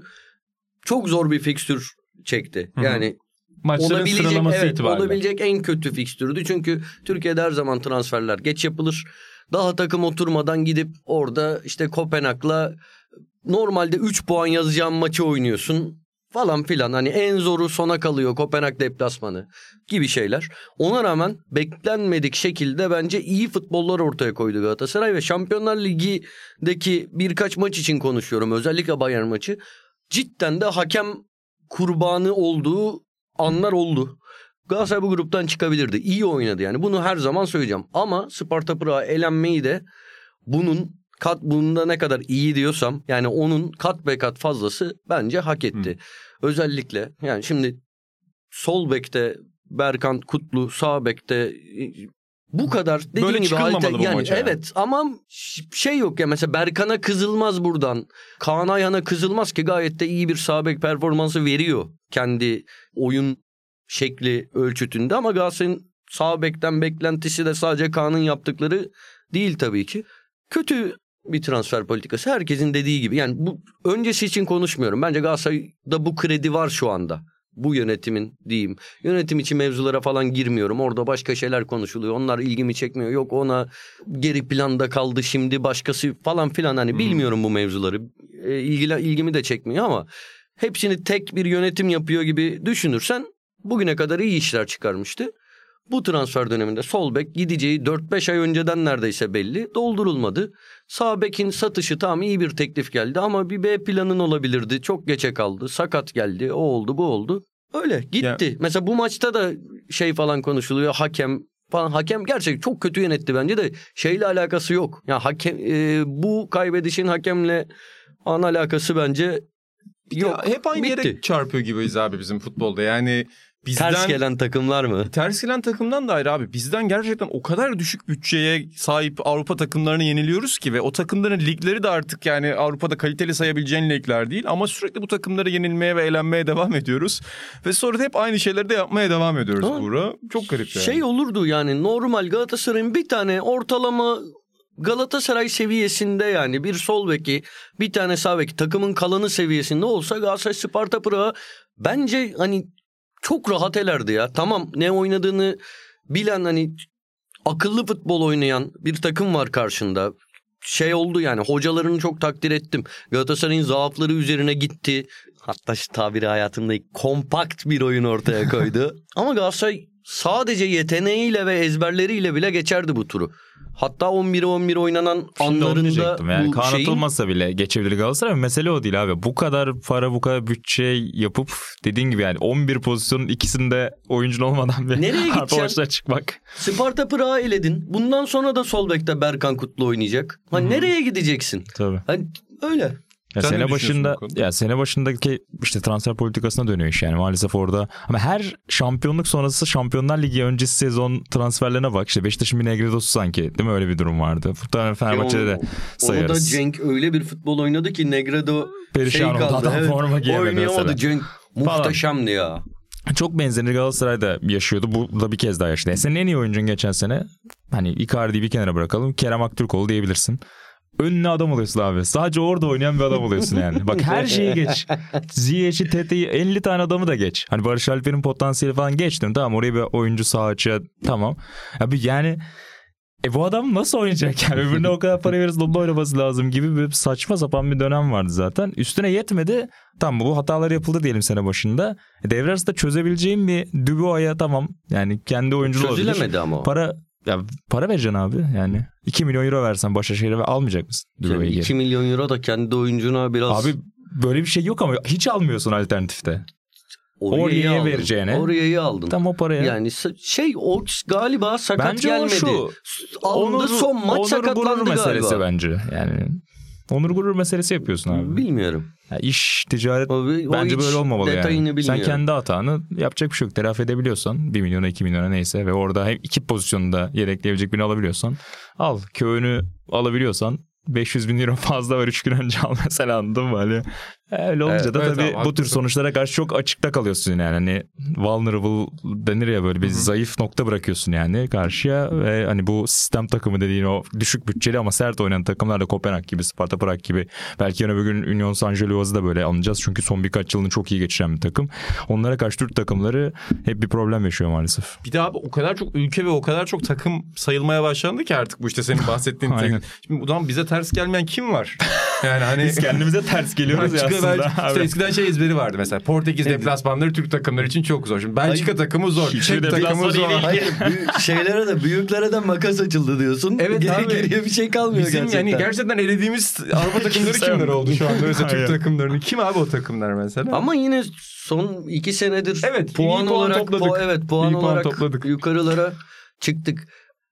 Speaker 3: Çok zor bir fikstür çekti. Yani
Speaker 1: maçların
Speaker 3: olabilecek,
Speaker 1: sıralaması
Speaker 3: evet,
Speaker 1: itibariyle.
Speaker 3: Olabilecek en kötü fikstürdü. Çünkü Türkiye'de her zaman transferler geç yapılır. Daha takım oturmadan gidip orada işte Kopenhag'la normalde üç puan yazacağın maçı oynuyorsun falan filan. Hani en zoru sona kalıyor, Kopenhag deplasmanı gibi şeyler. Ona rağmen beklenmedik şekilde bence iyi futbollar ortaya koydu Galatasaray ve Şampiyonlar Ligi'deki birkaç maç için konuşuyorum. Özellikle Bayern maçı. Cidden de hakem kurbanı olduğu anlar oldu. Galatasaray bu gruptan çıkabilirdi. İyi oynadı yani. Bunu her zaman söyleyeceğim. Ama Sparta Prag'a elenmeyi de bunun kat bunda ne kadar iyi diyorsam yani onun kat be kat fazlası bence hak etti. Hı. Özellikle yani şimdi sol bekte Berkan Kutlu, sağ bekte bu kadar dediğim
Speaker 1: böyle
Speaker 3: gibi
Speaker 1: halde,
Speaker 3: yani
Speaker 1: maça.
Speaker 3: Evet ama şey yok ya, mesela Berkan'a kızılmaz buradan. Kaan Ayhan'a kızılmaz ki gayet de iyi bir sağ bek performansı veriyor kendi oyun şekli ölçütünde, ama Galatasaray'ın sağ bekten beklentisi de sadece Kaan'ın yaptıkları değil tabii ki. Kötü bir transfer politikası, herkesin dediği gibi. Yani bu öncesi için konuşmuyorum. Bence Galatasaray'da bu kredi var şu anda. Bu yönetimin diyeyim. Yönetim için mevzulara falan girmiyorum. Orada başka şeyler konuşuluyor. Onlar ilgimi çekmiyor. Yok ona geri planda kaldı şimdi başkası falan filan. Hani hmm. bilmiyorum bu mevzuları. E, ilgili, ilgimi de çekmiyor ama hepsini tek bir yönetim yapıyor gibi düşünürsen bugüne kadar iyi işler çıkarmıştı. Bu transfer döneminde sol bek gideceği dört beş ay önceden neredeyse belli. Doldurulmadı. Sağ bekin satışı tam iyi bir teklif geldi ama bir B planın olabilirdi. Çok geçe kaldı. Sakat geldi. O oldu, bu oldu. Öyle gitti. Ya. Mesela bu maçta da şey falan konuşuluyor. Hakem falan. Hakem gerçekten çok kötü yönetti bence de şeyle alakası yok. Ya hakem e, bu kaybedişin hakemle an alakası bence yok.
Speaker 1: Ya hep aynı bitti. Yere çarpıyor gibiyiz abi bizim futbolda. Yani bizden,
Speaker 3: ters gelen takımlar mı?
Speaker 1: Ters gelen takımdan da ayrı abi. Bizden gerçekten o kadar düşük bütçeye sahip Avrupa takımlarını yeniliyoruz ki ve o takımların ligleri de artık yani Avrupa'da kaliteli sayabileceğin ligler değil. Ama sürekli bu takımlara yenilmeye ve elenmeye devam ediyoruz. Ve sonra da hep aynı şeyleri de yapmaya devam ediyoruz Buğra. Çok garip yani.
Speaker 3: Şey olurdu yani, normal Galatasaray'ın bir tane ortalama Galatasaray seviyesinde yani bir sol beki, bir tane sağ beki, takımın kalanı seviyesinde olsa Galatasaray Sparta Prag'a bence hani çok rahat elerdi ya. Tamam, ne oynadığını bilen, hani akıllı futbol oynayan bir takım var karşında. şey oldu yani, hocalarını çok takdir ettim. Galatasaray'ın zaafları üzerine gitti. Hatta şu tabiri hayatımda kompakt bir oyun ortaya koydu. Ama Galatasaray sadece yeteneğiyle ve ezberleriyle bile geçerdi bu turu. Hatta on bire on bir oynanan
Speaker 2: Şimdi
Speaker 3: anlarında
Speaker 2: yani
Speaker 3: bu
Speaker 2: Kaan
Speaker 3: şeyin...
Speaker 2: atılmasa bile geçebilir Galatasaray. Mesele o değil abi. Bu kadar para, bu kadar bütçe yapıp dediğin gibi yani on bir pozisyonun ikisinde oyuncun olmadan bir
Speaker 3: nereye
Speaker 2: harpa
Speaker 3: gideceksin?
Speaker 2: çıkmak.
Speaker 3: Sparta Prag'ı eledin. Bundan sonra da sol bekte Berkan Kutlu oynayacak. Hani
Speaker 2: Hı-hı.
Speaker 3: nereye gideceksin?
Speaker 2: Tabii.
Speaker 3: Hani öyle.
Speaker 2: Ya
Speaker 1: Sen
Speaker 2: sene başında ya sene başındaki işte transfer politikasına dönüyor iş yani maalesef orada. Ama her şampiyonluk sonrası Şampiyonlar Ligi öncesi sezon transferlerine bak. İşte Beşiktaş'ın bir Negredo'su sanki, değil mi? Öyle bir durum vardı. Muhtemelen Fenerbahçe'de de sayarız.
Speaker 3: Onu da Cenk öyle bir futbol oynadı ki Negredo
Speaker 2: perişan
Speaker 3: şey
Speaker 2: oldu.
Speaker 3: kaldı.
Speaker 2: Adam
Speaker 3: Evet,
Speaker 2: forma giyemedi
Speaker 3: oynayamadı
Speaker 2: mesela.
Speaker 3: Cenk. Muhteşemdi ya.
Speaker 2: Çok benzerini Galatasaray'da yaşıyordu. Bu da bir kez daha yaşadı. Senin en iyi oyuncun geçen sene, hani Icardi'yi bir kenara bırakalım, Kerem Aktürkoğlu diyebilirsin. Önüne adam oluyorsun abi. Sadece orada oynayan bir adam oluyorsun yani. Bak her şeyi geç. Ziyech'i, Tete'yi, elli tane adamı da geç. Hani Barış Alper'in potansiyeli falan geçtin. Tamam, oraya bir oyuncu sağ açığa, tamam. Abi yani e bu adam nasıl oynayacak yani? Öbürüne o kadar para verirsin, onunla oynaması lazım gibi bir saçma sapan bir dönem vardı zaten. Üstüne yetmedi. Tamam, bu hatalar yapıldı diyelim sene başında. E devre arasında çözebileceğim bir Dubois'a tamam. Yani kendi oyuncu olabilir.
Speaker 3: Çözülemedi ama o.
Speaker 2: Para Ya para vereceksin abi yani. iki milyon euro versen Başakşehir'e almayacak mısın?
Speaker 3: Yani iki milyon euro da kendi oyuncuna biraz...
Speaker 2: Abi böyle bir şey yok ama hiç almıyorsun alternatifte.
Speaker 3: Oraya,
Speaker 2: oraya vereceğine.
Speaker 3: Orayı aldın.
Speaker 2: Tam o paraya.
Speaker 3: Yani şey o galiba sakat
Speaker 2: bence
Speaker 3: gelmedi.
Speaker 2: Şu,
Speaker 3: alındı
Speaker 2: onur,
Speaker 3: son maç
Speaker 2: onur
Speaker 3: sakatlandı
Speaker 2: gurur meselesi
Speaker 3: galiba.
Speaker 2: bence. Yani onur gurur meselesi yapıyorsun abi.
Speaker 3: Bilmiyorum.
Speaker 2: Ya iş, ticaret
Speaker 3: o,
Speaker 2: bence
Speaker 3: o
Speaker 2: böyle olmamalı yani.
Speaker 3: Bilmiyorum.
Speaker 2: Sen kendi hatanı yapacak bir şey yok. Telafi edebiliyorsan bir milyona iki milyona neyse ve orada hem iki pozisyonda yedekleyebilecek birini alabiliyorsan al. Köyünü alabiliyorsan beş yüz bin euro fazla var üç gün önce al mesela, anladın mı? Hani öyle olunca
Speaker 1: evet,
Speaker 2: da
Speaker 1: evet,
Speaker 2: tabii
Speaker 1: abi,
Speaker 2: bu tür sonuçlara karşı çok açıkta kalıyorsun yani. Hani vulnerable denir ya, böyle bir Hı-hı. zayıf nokta bırakıyorsun yani karşıya ve hani bu sistem takımı dediğin o düşük bütçeli ama sert oynayan takımlar da Kopenhag gibi, Sparta Prag gibi, belki yarın öbür gün Union Saint-Gilloise'u da böyle alınacağız çünkü son birkaç yılını çok iyi geçiren bir takım. Onlara karşı Türk takımları hep bir problem yaşıyor maalesef.
Speaker 1: Bir de abi o kadar çok ülke ve o kadar çok takım sayılmaya başlandı ki artık bu işte senin bahsettiğin takım. Şimdi o zaman bize ters gelmeyen kim var? Yani hani
Speaker 2: biz kendimize ters geliyoruz ya aslında.
Speaker 1: İşte eskiden şey ezberi vardı mesela. Portekiz deplasmanları Türk takımları için çok zor. Şimdi Belçika Hayır, takımı zor. Çek takımı zor.
Speaker 3: Hayır, şeylere de büyüklere de makas açıldı diyorsun.
Speaker 1: Evet
Speaker 3: Geri,
Speaker 1: abi.
Speaker 3: Geriye bir şey kalmıyor
Speaker 1: Bizim
Speaker 3: gerçekten.
Speaker 1: Yani gerçekten elediğimiz Avrupa takımları kimler oldu şu anda? Mesela Türk takımlarını. Kim abi o takımlar mesela?
Speaker 3: Ama yine son iki senedir
Speaker 1: evet,
Speaker 3: puan olarak
Speaker 1: topladık.
Speaker 3: pu- evet puan
Speaker 1: iyi
Speaker 3: olarak
Speaker 1: puan topladık.
Speaker 3: Yukarılara çıktık.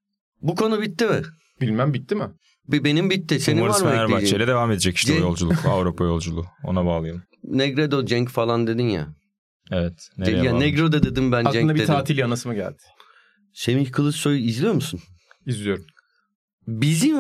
Speaker 3: Bu konu bitti mi?
Speaker 1: Bilmem bitti mi?
Speaker 3: Benim bitti. Senin
Speaker 2: Umarız
Speaker 3: var mı
Speaker 2: Fenerbahçe'yle
Speaker 3: ekleyeceğin?
Speaker 2: devam edecek işte C- o yolculuk. Avrupa yolculuğu. Ona bağlayalım.
Speaker 3: Negredo, Cenk falan dedin ya.
Speaker 2: Evet.
Speaker 3: Ya Negredo da dedim ben,
Speaker 1: Cenk dedim.
Speaker 3: Aklına
Speaker 1: bir tatil yanısı mı geldi?
Speaker 3: Semih Kılıçsoy'u izliyor musun?
Speaker 1: İzliyorum.
Speaker 3: Bizim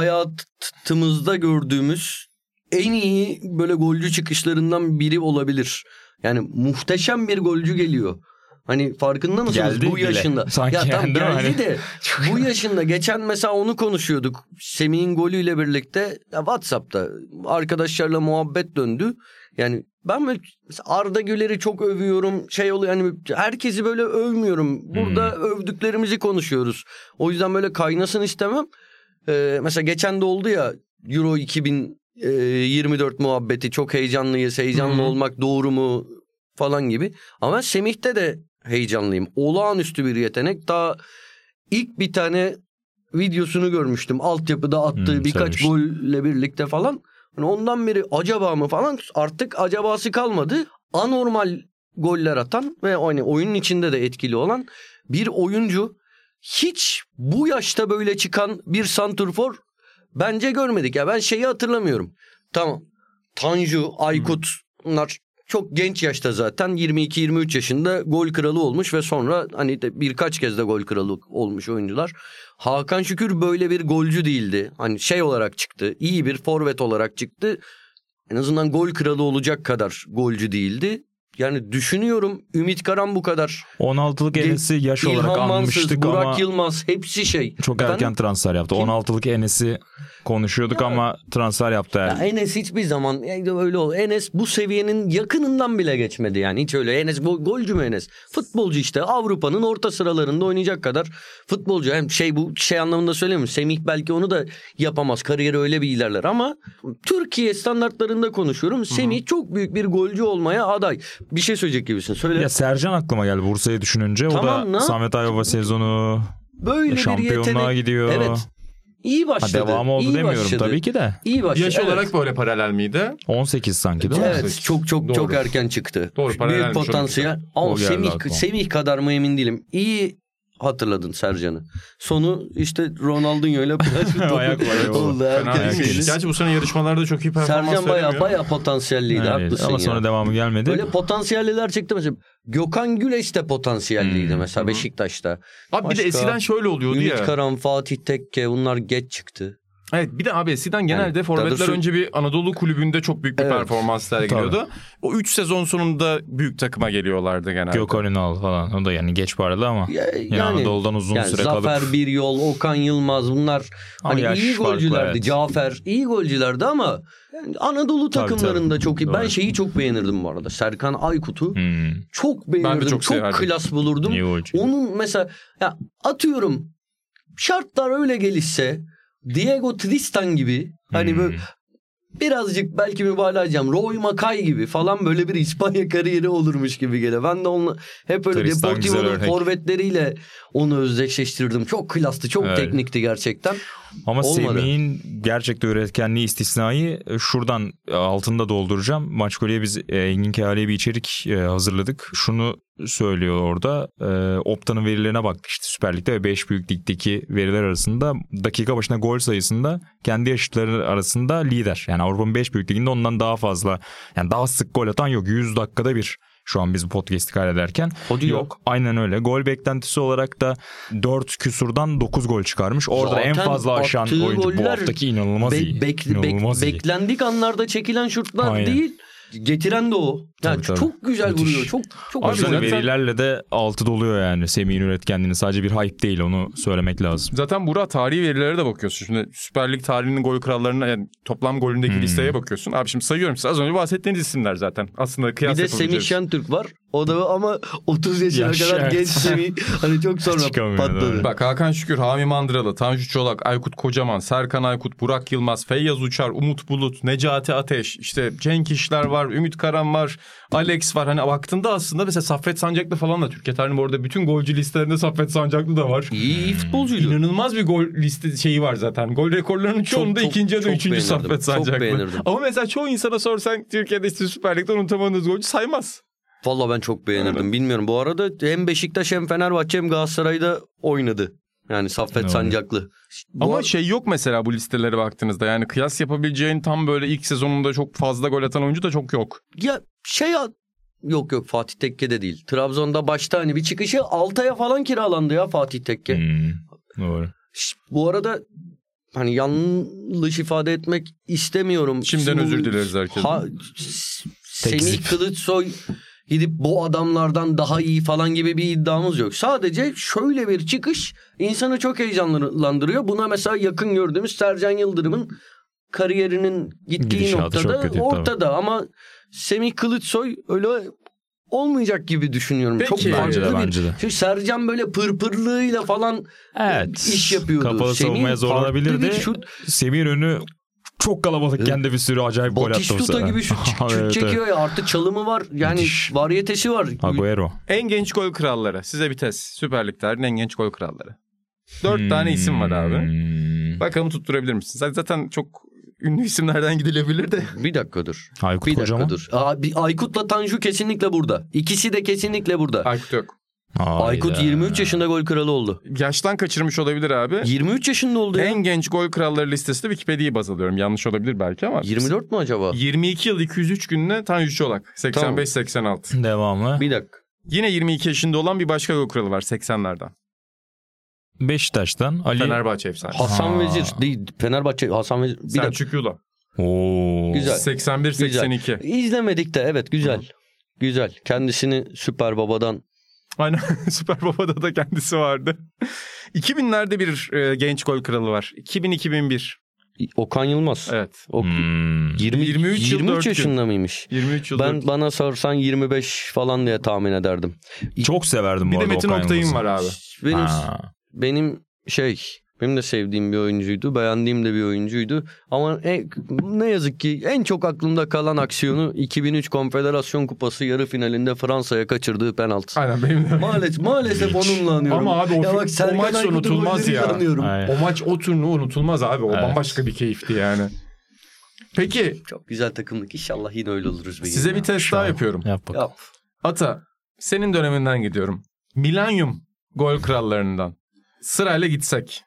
Speaker 3: hayatımızda gördüğümüz en iyi böyle golcü çıkışlarından biri olabilir. Yani muhteşem bir golcü geliyor. Hani farkında mısınız
Speaker 2: geldi
Speaker 3: bu
Speaker 2: bile.
Speaker 3: yaşında?
Speaker 2: Sanki
Speaker 3: ya tam geldi
Speaker 2: hani.
Speaker 3: de bu yaşında geçen mesela onu konuşuyorduk. Semih'in golüyle birlikte ya WhatsApp'ta arkadaşlarla muhabbet döndü. Yani ben böyle Arda Güler'i çok övüyorum. Şey oluyor yani, herkesi böyle övmüyorum. Burada hmm. övdüklerimizi konuşuyoruz. O yüzden böyle kaynasın istemem. Ee, mesela geçen de oldu ya Euro iki bin yirmi dört muhabbeti, çok heyecanlıyız. Heyecanlı hmm. olmak doğru mu falan gibi. Ama Semih'te de heyecanlıyım. Olağanüstü bir yetenek. Daha ilk bir tane videosunu görmüştüm. Altyapıda attığı hmm, birkaç sevmiş. golle birlikte falan. Yani ondan beri acaba mı falan, artık acabası kalmadı. Anormal goller atan ve hani oyunun içinde de etkili olan bir oyuncu. Hiç bu yaşta böyle çıkan bir santrfor bence görmedik. Ya ben şeyi hatırlamıyorum. Tamam. Tanju, Aykut hmm. bunlar çok genç yaşta zaten yirmi iki yirmi üç yaşında gol kralı olmuş ve sonra hani de birkaç kez de gol kralı olmuş oyuncular. Hakan Şükür böyle bir golcü değildi. Hani şey olarak çıktı. İyi bir forvet olarak çıktı. En azından gol kralı olacak kadar golcü değildi. yani düşünüyorum Ümit Karan bu kadar.
Speaker 2: on altılık Enes'i yaş
Speaker 3: İlhan
Speaker 2: olarak
Speaker 3: Mansız,
Speaker 2: anmıştık
Speaker 3: Burak
Speaker 2: ama
Speaker 3: Yılmaz hepsi şey.
Speaker 2: çok erken
Speaker 3: Efendim?
Speaker 2: transfer yaptı.
Speaker 3: Kim?
Speaker 2: on altılık Enes'i konuşuyorduk
Speaker 3: Ya,
Speaker 2: ama transfer yaptı. Yani.
Speaker 3: Ya Enes hiçbir zaman öyle oldu. Enes bu seviyenin yakınından bile geçmedi yani. Hiç öyle. Enes gol, golcü mü Enes? Futbolcu işte. Avrupa'nın orta sıralarında oynayacak kadar futbolcu. Hem şey bu şey anlamında söylemiyorum. Semih belki onu da yapamaz. Kariyeri öyle bir ilerler ama Türkiye standartlarında konuşuyorum. Semih Hı-hı. çok büyük bir golcü olmaya aday. Bir şey söyleyecek gibisin. Söyle.
Speaker 2: Ya Sercan aklıma geldi Bursa'yı düşününce.
Speaker 3: Tamam,
Speaker 2: o da Samet Aybaba sezonu böyle şampiyonluğa gidiyor.
Speaker 3: Evet. İyi başladı.
Speaker 2: Ha, devamı oldu
Speaker 3: iyi
Speaker 2: demiyorum
Speaker 3: başladı.
Speaker 2: tabii ki de.
Speaker 3: İyi başladı.
Speaker 1: Yaş evet. olarak böyle paralel miydi?
Speaker 2: on sekiz sanki değil mi?
Speaker 3: Evet, çok çok Doğru. çok erken çıktı.
Speaker 1: Doğru,
Speaker 3: büyük potansiyel. Ama Semih, Semih kadar mı emin değilim. İyi hatırladın Sercan'ı. Sonu işte Ronaldinho ile oldu.
Speaker 1: Gerçi bu sene yarışmalarda çok iyi performans
Speaker 3: Sercan bayağı bayağı potansiyelliydi. Evet, haklısın
Speaker 2: ama
Speaker 3: ya.
Speaker 2: sonra devamı gelmedi.
Speaker 3: Böyle potansiyelliler çekti mesela. Gökhan Güleç de potansiyelliydi hmm. mesela Beşiktaş'ta.
Speaker 1: Abi Başka, bir de eskiden şöyle oluyordu
Speaker 3: Ümit
Speaker 1: ya.
Speaker 3: Ümit Karan, Fatih Tekke bunlar geç çıktı.
Speaker 1: Evet bir de abi eskiden genelde yani, forvetler doğrusu... önce bir Anadolu kulübünde çok büyük bir evet. performans sergiliyordu. O üç sezon sonunda büyük takıma geliyorlardı genelde.
Speaker 2: Gökhan Ünal falan o da yani geç paralı ama ya, yani, Anadolu'dan uzun
Speaker 3: yani
Speaker 2: süre
Speaker 3: Zafer
Speaker 2: kalıp.
Speaker 3: Zafer Biryol, Okan Yılmaz bunlar hani iyi golcülerdi. Evet. Cafer iyi golcülerdi ama yani Anadolu takımlarında tabii, tabii. çok iyi. Doğru. Ben şeyi çok beğenirdim bu arada. Serkan Aykut'u hmm. çok beğenirdim. Çok, çok klas bulurdum. Onun mesela ya atıyorum şartlar öyle gelişse Diego Tristan gibi hani hmm. böyle birazcık belki mübalağa edeceğim Roy Makay gibi falan böyle bir İspanya kariyeri olurmuş gibi geliyor. Ben de onu hep öyle Deportivo'nun forvetleriyle onu özdeşleştirdim. Çok klastı, çok evet. teknikti gerçekten.
Speaker 2: Ama Semih'in gerçekten üretkenliği istisnai şuradan altında dolduracağım. Maçkole'ye biz Engin Kehale'ye bir içerik hazırladık. Şunu söylüyor orada. E, Opta'nın verilerine baktık işte Süper Lig'de ve beş büyük ligdeki veriler arasında dakika başına gol sayısında kendi yaşıtları arasında lider. Yani Avrupa'nın beş büyük liginde ondan daha fazla yani daha sık gol atan yok. yüz dakikada bir. Şu an biz bu podcast'i kaydederken yok. Aynen öyle. Gol beklentisi olarak da dört küsurdan dokuz gol çıkarmış. Orada zaten en fazla aşan oyuncu bu haftaki inanılmaz be- iyi. Bek-
Speaker 3: inanılmaz bek- iyi. Beklendik anlarda çekilen şutlar aynen. Değil. Getiren de o. Yani tabii, çok tabii. güzel Müthiş. Vuruyor. Çok çok
Speaker 2: abi güzel. Verilerle de altı doluyor yani Semih'in üretkenliğini. Sadece bir hype değil, onu söylemek lazım.
Speaker 1: Zaten Burak tarihi verilere de bakıyorsun. Şimdi Süper Lig tarihinin gol krallarına yani toplam golündeki hmm. listeye bakıyorsun. Abi şimdi sayıyorum size az önce bahsettiğiniz isimler zaten. Aslında kıyas yapabileceğiz. Bir de
Speaker 3: Semih Şentürk var. O da ama otuz yaşına Yaş, kadar evet. genç Semih. Hani çok sonra patladı.
Speaker 1: Bak Hakan Şükür, Hami Mandıralı, Tanju Çolak, Aykut Kocaman, Serkan Aykut, Burak Yılmaz, Feyyaz Uçar, Umut Bulut, Necati Ateş, işte Cenk İşler var, Ümit Karan var, Alex var. Hani baktığında aslında mesela Saffet Sancaklı falan da Türkiye tarihinin orada bütün golcü listelerinde Saffet Sancaklı da var.
Speaker 3: İyi futbolcuydu.
Speaker 1: İnanılmaz bir gol liste şeyi var zaten. Gol rekorlarının çoğunda çok, ikinci ya da üçüncü Saffet Sancaklı. Ama mesela çoğu insana sorsan Türkiye'de işte Süper Lig'de unutamadığınız golcü saymaz.
Speaker 3: Valla ben çok beğenirdim. Evet. Bilmiyorum. Bu arada hem Beşiktaş hem Fenerbahçe hem Galatasaray'da oynadı. Yani Saffet evet. Sancaklı. Bu
Speaker 1: Ama
Speaker 3: ar-
Speaker 1: şey yok mesela bu listelere baktığınızda. Yani kıyas yapabileceğin tam böyle ilk sezonunda çok fazla gol atan oyuncu da çok yok.
Speaker 3: Ya şey yok yok Fatih Tekke de değil. Trabzon'da başta hani bir çıkışı Altay'a falan kiralandı ya Fatih Tekke.
Speaker 2: Hmm, doğru.
Speaker 3: Bu arada hani yanlış ifade etmek istemiyorum.
Speaker 1: Şimdiden Şimdi, özür dileriz herkese. Ha,
Speaker 3: Semih Kılıçsoy gidip bu adamlardan daha iyi falan gibi bir iddiamız yok. Sadece şöyle bir çıkış insanı çok heyecanlandırıyor. Buna mesela yakın gördüğümüz Sercan Yıldırım'ın kariyerinin gittiği Gidişatı noktada kötü, ortada tabii. Ama Semih Kılıçsoy öyle olmayacak gibi düşünüyorum.
Speaker 1: Peki.
Speaker 3: Çok
Speaker 2: bence de,
Speaker 3: bir,
Speaker 2: bence de.
Speaker 3: Çünkü Sercan böyle pırpırlığıyla falan evet. iş yapıyordu.
Speaker 2: Kapalı savunmaya zorlanabilirdi. Semih'in önü çok kalabalık kendi bir sürü acayip gol attı.
Speaker 3: Batistuta gibi şut, şut evet, çekiyor evet. ya artık çalımı var yani Müthiş. Varyetesi var.
Speaker 2: Agüero.
Speaker 1: En genç gol kralları size bir test. Süper Lig tarihinin en genç gol kralları. Dört hmm. tane isim var abi. Bakalım tutturabilir misiniz? Zaten çok ünlü isimlerden gidilebilir de.
Speaker 3: Bir dakika dur.
Speaker 2: Aykut
Speaker 3: bir
Speaker 2: Kocaman.
Speaker 3: Dur. Abi, Aykut'la Tanju kesinlikle burada. İkisi de kesinlikle burada.
Speaker 1: Aykut yok.
Speaker 2: Hayda.
Speaker 3: Aykut yirmi üç yaşında gol kralı oldu.
Speaker 1: Yaştan kaçırmış olabilir abi.
Speaker 3: yirmi üç yaşında oldu ya.
Speaker 1: En genç gol kralları listesinde Wikipedia'yı baz alıyorum. Yanlış olabilir belki ama.
Speaker 3: yirmi dört mü acaba?
Speaker 1: yirmi iki yıl iki yüz üç gününe Tanju Çolak. seksen beş seksen altı.
Speaker 2: Tamam. Devamı.
Speaker 3: Bir dakika.
Speaker 1: Yine yirmi iki yaşında olan bir başka gol kralı var seksenlerden.
Speaker 2: Beşiktaş'tan Ali.
Speaker 1: Fenerbahçe efsanesi.
Speaker 3: Hasan ha. Vezir değil. Fenerbahçe Hasan Vezir.
Speaker 1: Selçuk Yula.
Speaker 2: Oo.
Speaker 1: Güzel. seksen bir seksen iki.
Speaker 3: Güzel. İzlemedik de evet güzel. Güzel. Kendisini Süper Baba'dan.
Speaker 1: Aynen. Süper Baba'da da kendisi vardı. iki binlerde bir e, genç gol kralı var. iki bin iki bin bir.
Speaker 3: Okan Yılmaz.
Speaker 1: Evet.
Speaker 3: O,
Speaker 2: Hmm.
Speaker 3: yirmi,
Speaker 1: yirmi üç yıl,
Speaker 3: yirmi üç
Speaker 1: dört
Speaker 3: yaşında
Speaker 1: gün.
Speaker 3: mıymış?
Speaker 1: yirmi üç yıl.
Speaker 3: Ben bana sorsan yirmi beş falan diye tahmin ederdim.
Speaker 2: Çok severdim bu
Speaker 1: bir de
Speaker 2: arada
Speaker 1: Metin
Speaker 2: Okan
Speaker 1: Oktay'ın
Speaker 2: Yılmaz'ı.
Speaker 1: var abi.
Speaker 3: Benim
Speaker 2: Ha.
Speaker 3: benim şey benim de sevdiğim bir oyuncuydu. Beğendiğim de bir oyuncuydu. Ama en, ne yazık ki en çok aklımda kalan aksiyonu iki bin üç Konfederasyon Kupası yarı finalinde Fransa'ya kaçırdığı penaltı.
Speaker 1: Aynen benim de.
Speaker 3: Maalesef maalesef onunla anıyorum.
Speaker 1: Ama abi o,
Speaker 3: ya bak,
Speaker 1: o
Speaker 3: Sergen
Speaker 1: maç
Speaker 3: Aykut'un
Speaker 1: unutulmaz
Speaker 3: golleri
Speaker 1: ya.
Speaker 3: anıyorum.
Speaker 2: Aynen.
Speaker 1: O maç o turnuva unutulmaz abi. O
Speaker 2: Evet.
Speaker 1: bambaşka bir keyifti yani. Peki
Speaker 3: Çok güzel takımlık. İnşallah yine öyle oluruz. Bir
Speaker 1: size
Speaker 3: gün
Speaker 1: bir
Speaker 3: ya.
Speaker 1: test daha yapıyorum.
Speaker 2: Yap bakalım.
Speaker 3: Yap.
Speaker 1: Ata, senin döneminden gidiyorum. Milenyum gol krallarından sırayla gitsek.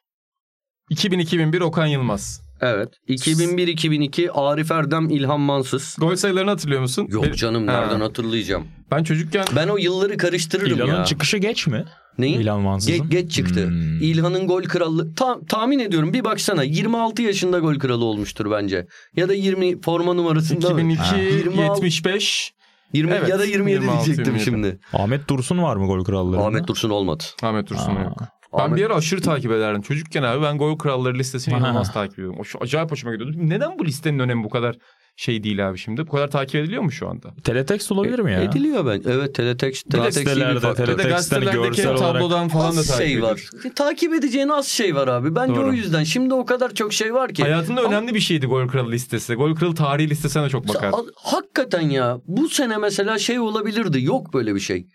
Speaker 1: iki bin iki bin bir Okan Yılmaz.
Speaker 3: Evet. iki bin bir iki bin iki Arif Erdem, İlhan Mansız.
Speaker 1: Gol sayılarını hatırlıyor musun?
Speaker 3: Yok
Speaker 1: Benim-
Speaker 3: canım
Speaker 1: Ha.
Speaker 3: nereden hatırlayacağım.
Speaker 1: Ben çocukken
Speaker 3: Ben o yılları karıştırırım
Speaker 2: İlhan'ın
Speaker 3: ya.
Speaker 2: çıkışı geç mi?
Speaker 3: Neyi?
Speaker 2: İlhan Mansız'ın.
Speaker 3: Ge- geç çıktı.
Speaker 2: Hmm.
Speaker 3: İlhan'ın gol krallığı Ta- tahmin ediyorum bir baksana yirmi altı yaşında gol kralı olmuştur bence. Ya da yirmi forma numarasında
Speaker 1: iki bin
Speaker 3: mı?
Speaker 1: iki
Speaker 2: Ha.
Speaker 3: yirmi altı
Speaker 1: yetmiş beş
Speaker 3: yirmi
Speaker 1: Evet,
Speaker 3: ya da yirmi yedi
Speaker 1: yirmi altı,
Speaker 3: diyecektim
Speaker 1: yirmi yedi.
Speaker 3: şimdi.
Speaker 2: Ahmet Dursun var mı gol krallarında?
Speaker 3: Ahmet Dursun olmadı.
Speaker 1: Ahmet Dursun
Speaker 2: Aa.
Speaker 1: yok. Ben
Speaker 3: Ahmet-
Speaker 1: bir ara aşırı takip ederdim. Çocukken abi ben gol kralları listesini
Speaker 2: Aha.
Speaker 1: inanılmaz takip ediyordum. O şu acayip hoşuma gidiyordu. Neden bu listenin önemi bu kadar şey değil abi şimdi? Bu kadar takip ediliyor mu şu anda?
Speaker 2: Teletext olabilir mi ya?
Speaker 3: Ediliyor ben. Evet teletext. Teletext iyi bir
Speaker 2: Gazetelerde,
Speaker 3: faktör.
Speaker 1: Bir de
Speaker 2: Teletext-
Speaker 1: gazetelerdeki
Speaker 2: görsel olarak
Speaker 1: tablodan falan da
Speaker 3: Az
Speaker 1: takip
Speaker 3: şey var.
Speaker 1: ediyoruz.
Speaker 3: Takip edeceğin az şey var abi. Bence
Speaker 1: Doğru.
Speaker 3: o yüzden. Şimdi o kadar çok şey var ki.
Speaker 1: Hayatımda
Speaker 3: Ama-
Speaker 1: önemli bir şeydi gol kralı listesi. Gol kralı tarihi listesine de çok bakardım.
Speaker 3: Ha- Hakikaten ya. Bu sene mesela şey olabilirdi. Yok böyle bir şey.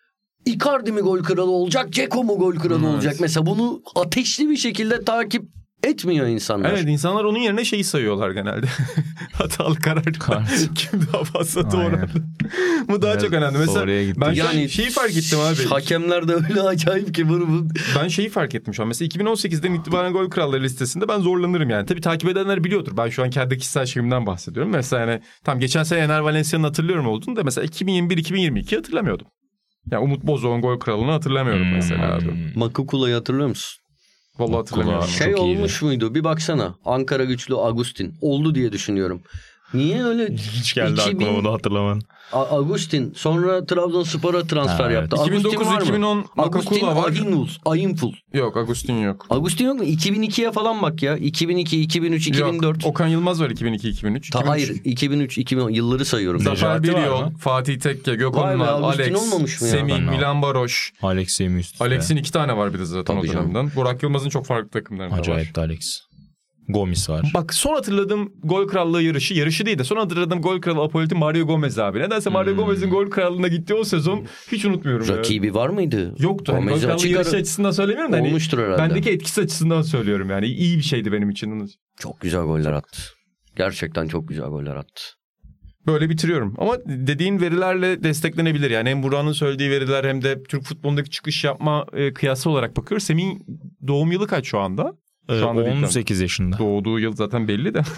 Speaker 3: Icardi mi gol kralı olacak? Ceko mu gol kralı
Speaker 1: Evet.
Speaker 3: olacak? Mesela bunu ateşli bir şekilde takip etmiyor insanlar.
Speaker 1: Evet, insanlar onun yerine şeyi sayıyorlar genelde. Hatalı karar.
Speaker 2: Kart.
Speaker 1: Kim daha fazla doğru.
Speaker 2: Aynen.
Speaker 1: Bu daha
Speaker 2: Evet,
Speaker 1: çok önemli. Mesela
Speaker 2: oraya gittik.
Speaker 1: ben şu an
Speaker 3: Yani
Speaker 1: şeyi fark ettim abi.
Speaker 3: Hakemler de öyle acayip ki bunu. bu-
Speaker 1: Ben şeyi fark ettim şu an. Mesela iki bin on sekizden itibaren gol kralları listesinde ben zorlanırım yani. Tabii takip edenler biliyordur. Ben şu an kendi kişisel şeyimden bahsediyorum. Mesela yani tam geçen sene Ener Valencia'nın hatırlıyorum olduğunu da mesela iki bin yirmi bir iki bin yirmi iki hatırlamıyordum. Ya Umut Bozok'un gol kralını hatırlamıyorum
Speaker 2: Hmm.
Speaker 1: mesela abi.
Speaker 3: Makukula'yı hatırlıyor musun?
Speaker 1: Vallahi hatırlamıyorum.
Speaker 2: Çok
Speaker 3: Şey
Speaker 2: iyiydi.
Speaker 3: olmuş muydu? Bir baksana. Ankara güçlü Agustin. Oldu diye düşünüyorum. Niye öyle?
Speaker 2: Hiç geldi
Speaker 3: iki bin
Speaker 2: aklıma bunu hatırlaman.
Speaker 3: A- Agustin sonra Trabzonspor'a transfer
Speaker 2: Ha,
Speaker 3: yaptı.
Speaker 1: iki bin dokuz
Speaker 3: Agustin var mı?
Speaker 1: iki bin on
Speaker 3: Agustin
Speaker 1: Makakula var.
Speaker 3: Ayinul, Ayinful.
Speaker 1: Yok Agustin yok.
Speaker 3: Agustin yok mu? iki bin ikiye falan bak ya. iki bin iki, iki bin üç, iki bin dört.
Speaker 1: Yok Okan Yılmaz var iki bin iki iki bin üç.
Speaker 3: Ta, hayır iki bin üç, iki bin on yılları sayıyorum.
Speaker 2: Zafer-
Speaker 1: Zafer
Speaker 2: Necati var
Speaker 1: Biryol,
Speaker 2: mı?
Speaker 1: Fatih Tekke, Gökhan
Speaker 3: Vay be,
Speaker 1: Ünal,
Speaker 3: Agustin
Speaker 1: Alex,
Speaker 3: olmamış mı ya?
Speaker 1: Semih,
Speaker 2: Ben
Speaker 1: Milan Baroş.
Speaker 2: Alexey Müst.
Speaker 1: Alex'in iki tane var bir de zaten
Speaker 3: Tabii
Speaker 1: o
Speaker 3: canım.
Speaker 1: dönemden. Burak Yılmaz'ın çok farklı takımlarında var.
Speaker 2: Acayip de Alex. Gomis var.
Speaker 1: Bak son hatırladığım gol krallığı yarışı, yarışı değil de son hatırladığım gol kralı Apolloti Mario Gomez abi. Nedense Mario
Speaker 2: Hmm.
Speaker 1: Gomez'in gol krallığına gittiği o sezon hiç unutmuyorum. ya.
Speaker 3: Rakibi var mıydı?
Speaker 1: Yoktu. Hani gol
Speaker 3: Gomez'i
Speaker 1: krallığı
Speaker 3: açık
Speaker 1: yarışı
Speaker 3: ara-
Speaker 1: açısından söylemiyorum da. Hani
Speaker 3: Olmuştur herhalde.
Speaker 1: bendeki etkisi açısından söylüyorum yani. İyi bir şeydi benim için.
Speaker 3: Çok güzel goller attı. Gerçekten çok güzel goller attı.
Speaker 1: Böyle bitiriyorum. Ama dediğin verilerle desteklenebilir. Yani hem Burak'ın söylediği veriler hem de Türk futbolundaki çıkış yapma e, kıyası olarak bakıyoruz. Semih'in doğum yılı kaç şu anda?
Speaker 2: Ee,
Speaker 1: Şu anda değil
Speaker 2: on sekiz yaşında.
Speaker 1: Doğduğu yıl zaten belli de.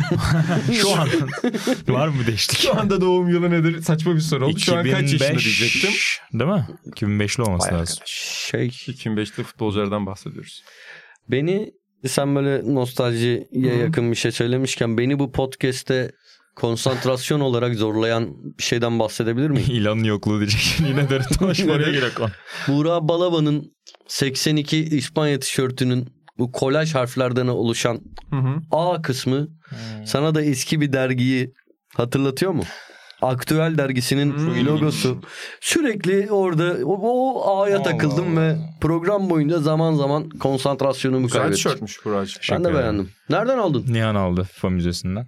Speaker 2: Şu an var mı değiştik?
Speaker 1: Şu anda doğum yılı nedir? Saçma bir soru oldu. Şu an kaç yaşında diyecektim.
Speaker 2: Değil mi? iki bin beşli olması
Speaker 1: Vay
Speaker 2: lazım.
Speaker 3: Şey
Speaker 1: iki bin beşli futbolculardan bahsediyoruz.
Speaker 3: beni sen böyle nostaljiye
Speaker 1: Hı.
Speaker 3: yakın bir şey söylemişken beni bu podcast'te konsantrasyon olarak zorlayan bir şeyden bahsedebilir miyim?
Speaker 2: İlanın yokluğu diyecek. Yine de dolaşmaya gerek var.
Speaker 3: Buğra Balaba'nın seksen iki İspanya tişörtünün bu kolaj harflerden oluşan
Speaker 1: Hı hı.
Speaker 3: A kısmı sana da eski bir dergiyi hatırlatıyor mu? Aktüel dergisinin
Speaker 1: Hmm.
Speaker 3: logosu. Sürekli orada o, o A'ya
Speaker 1: Allah
Speaker 3: takıldım
Speaker 1: Allah.
Speaker 3: ve program boyunca zaman zaman konsantrasyonumu
Speaker 1: Güzel
Speaker 3: kaybettim.
Speaker 1: tişörtmüş Burak'cığım.
Speaker 3: Ben de beğendim. Nereden aldın?
Speaker 2: Nihan aldı FIFA Müzesi'nden.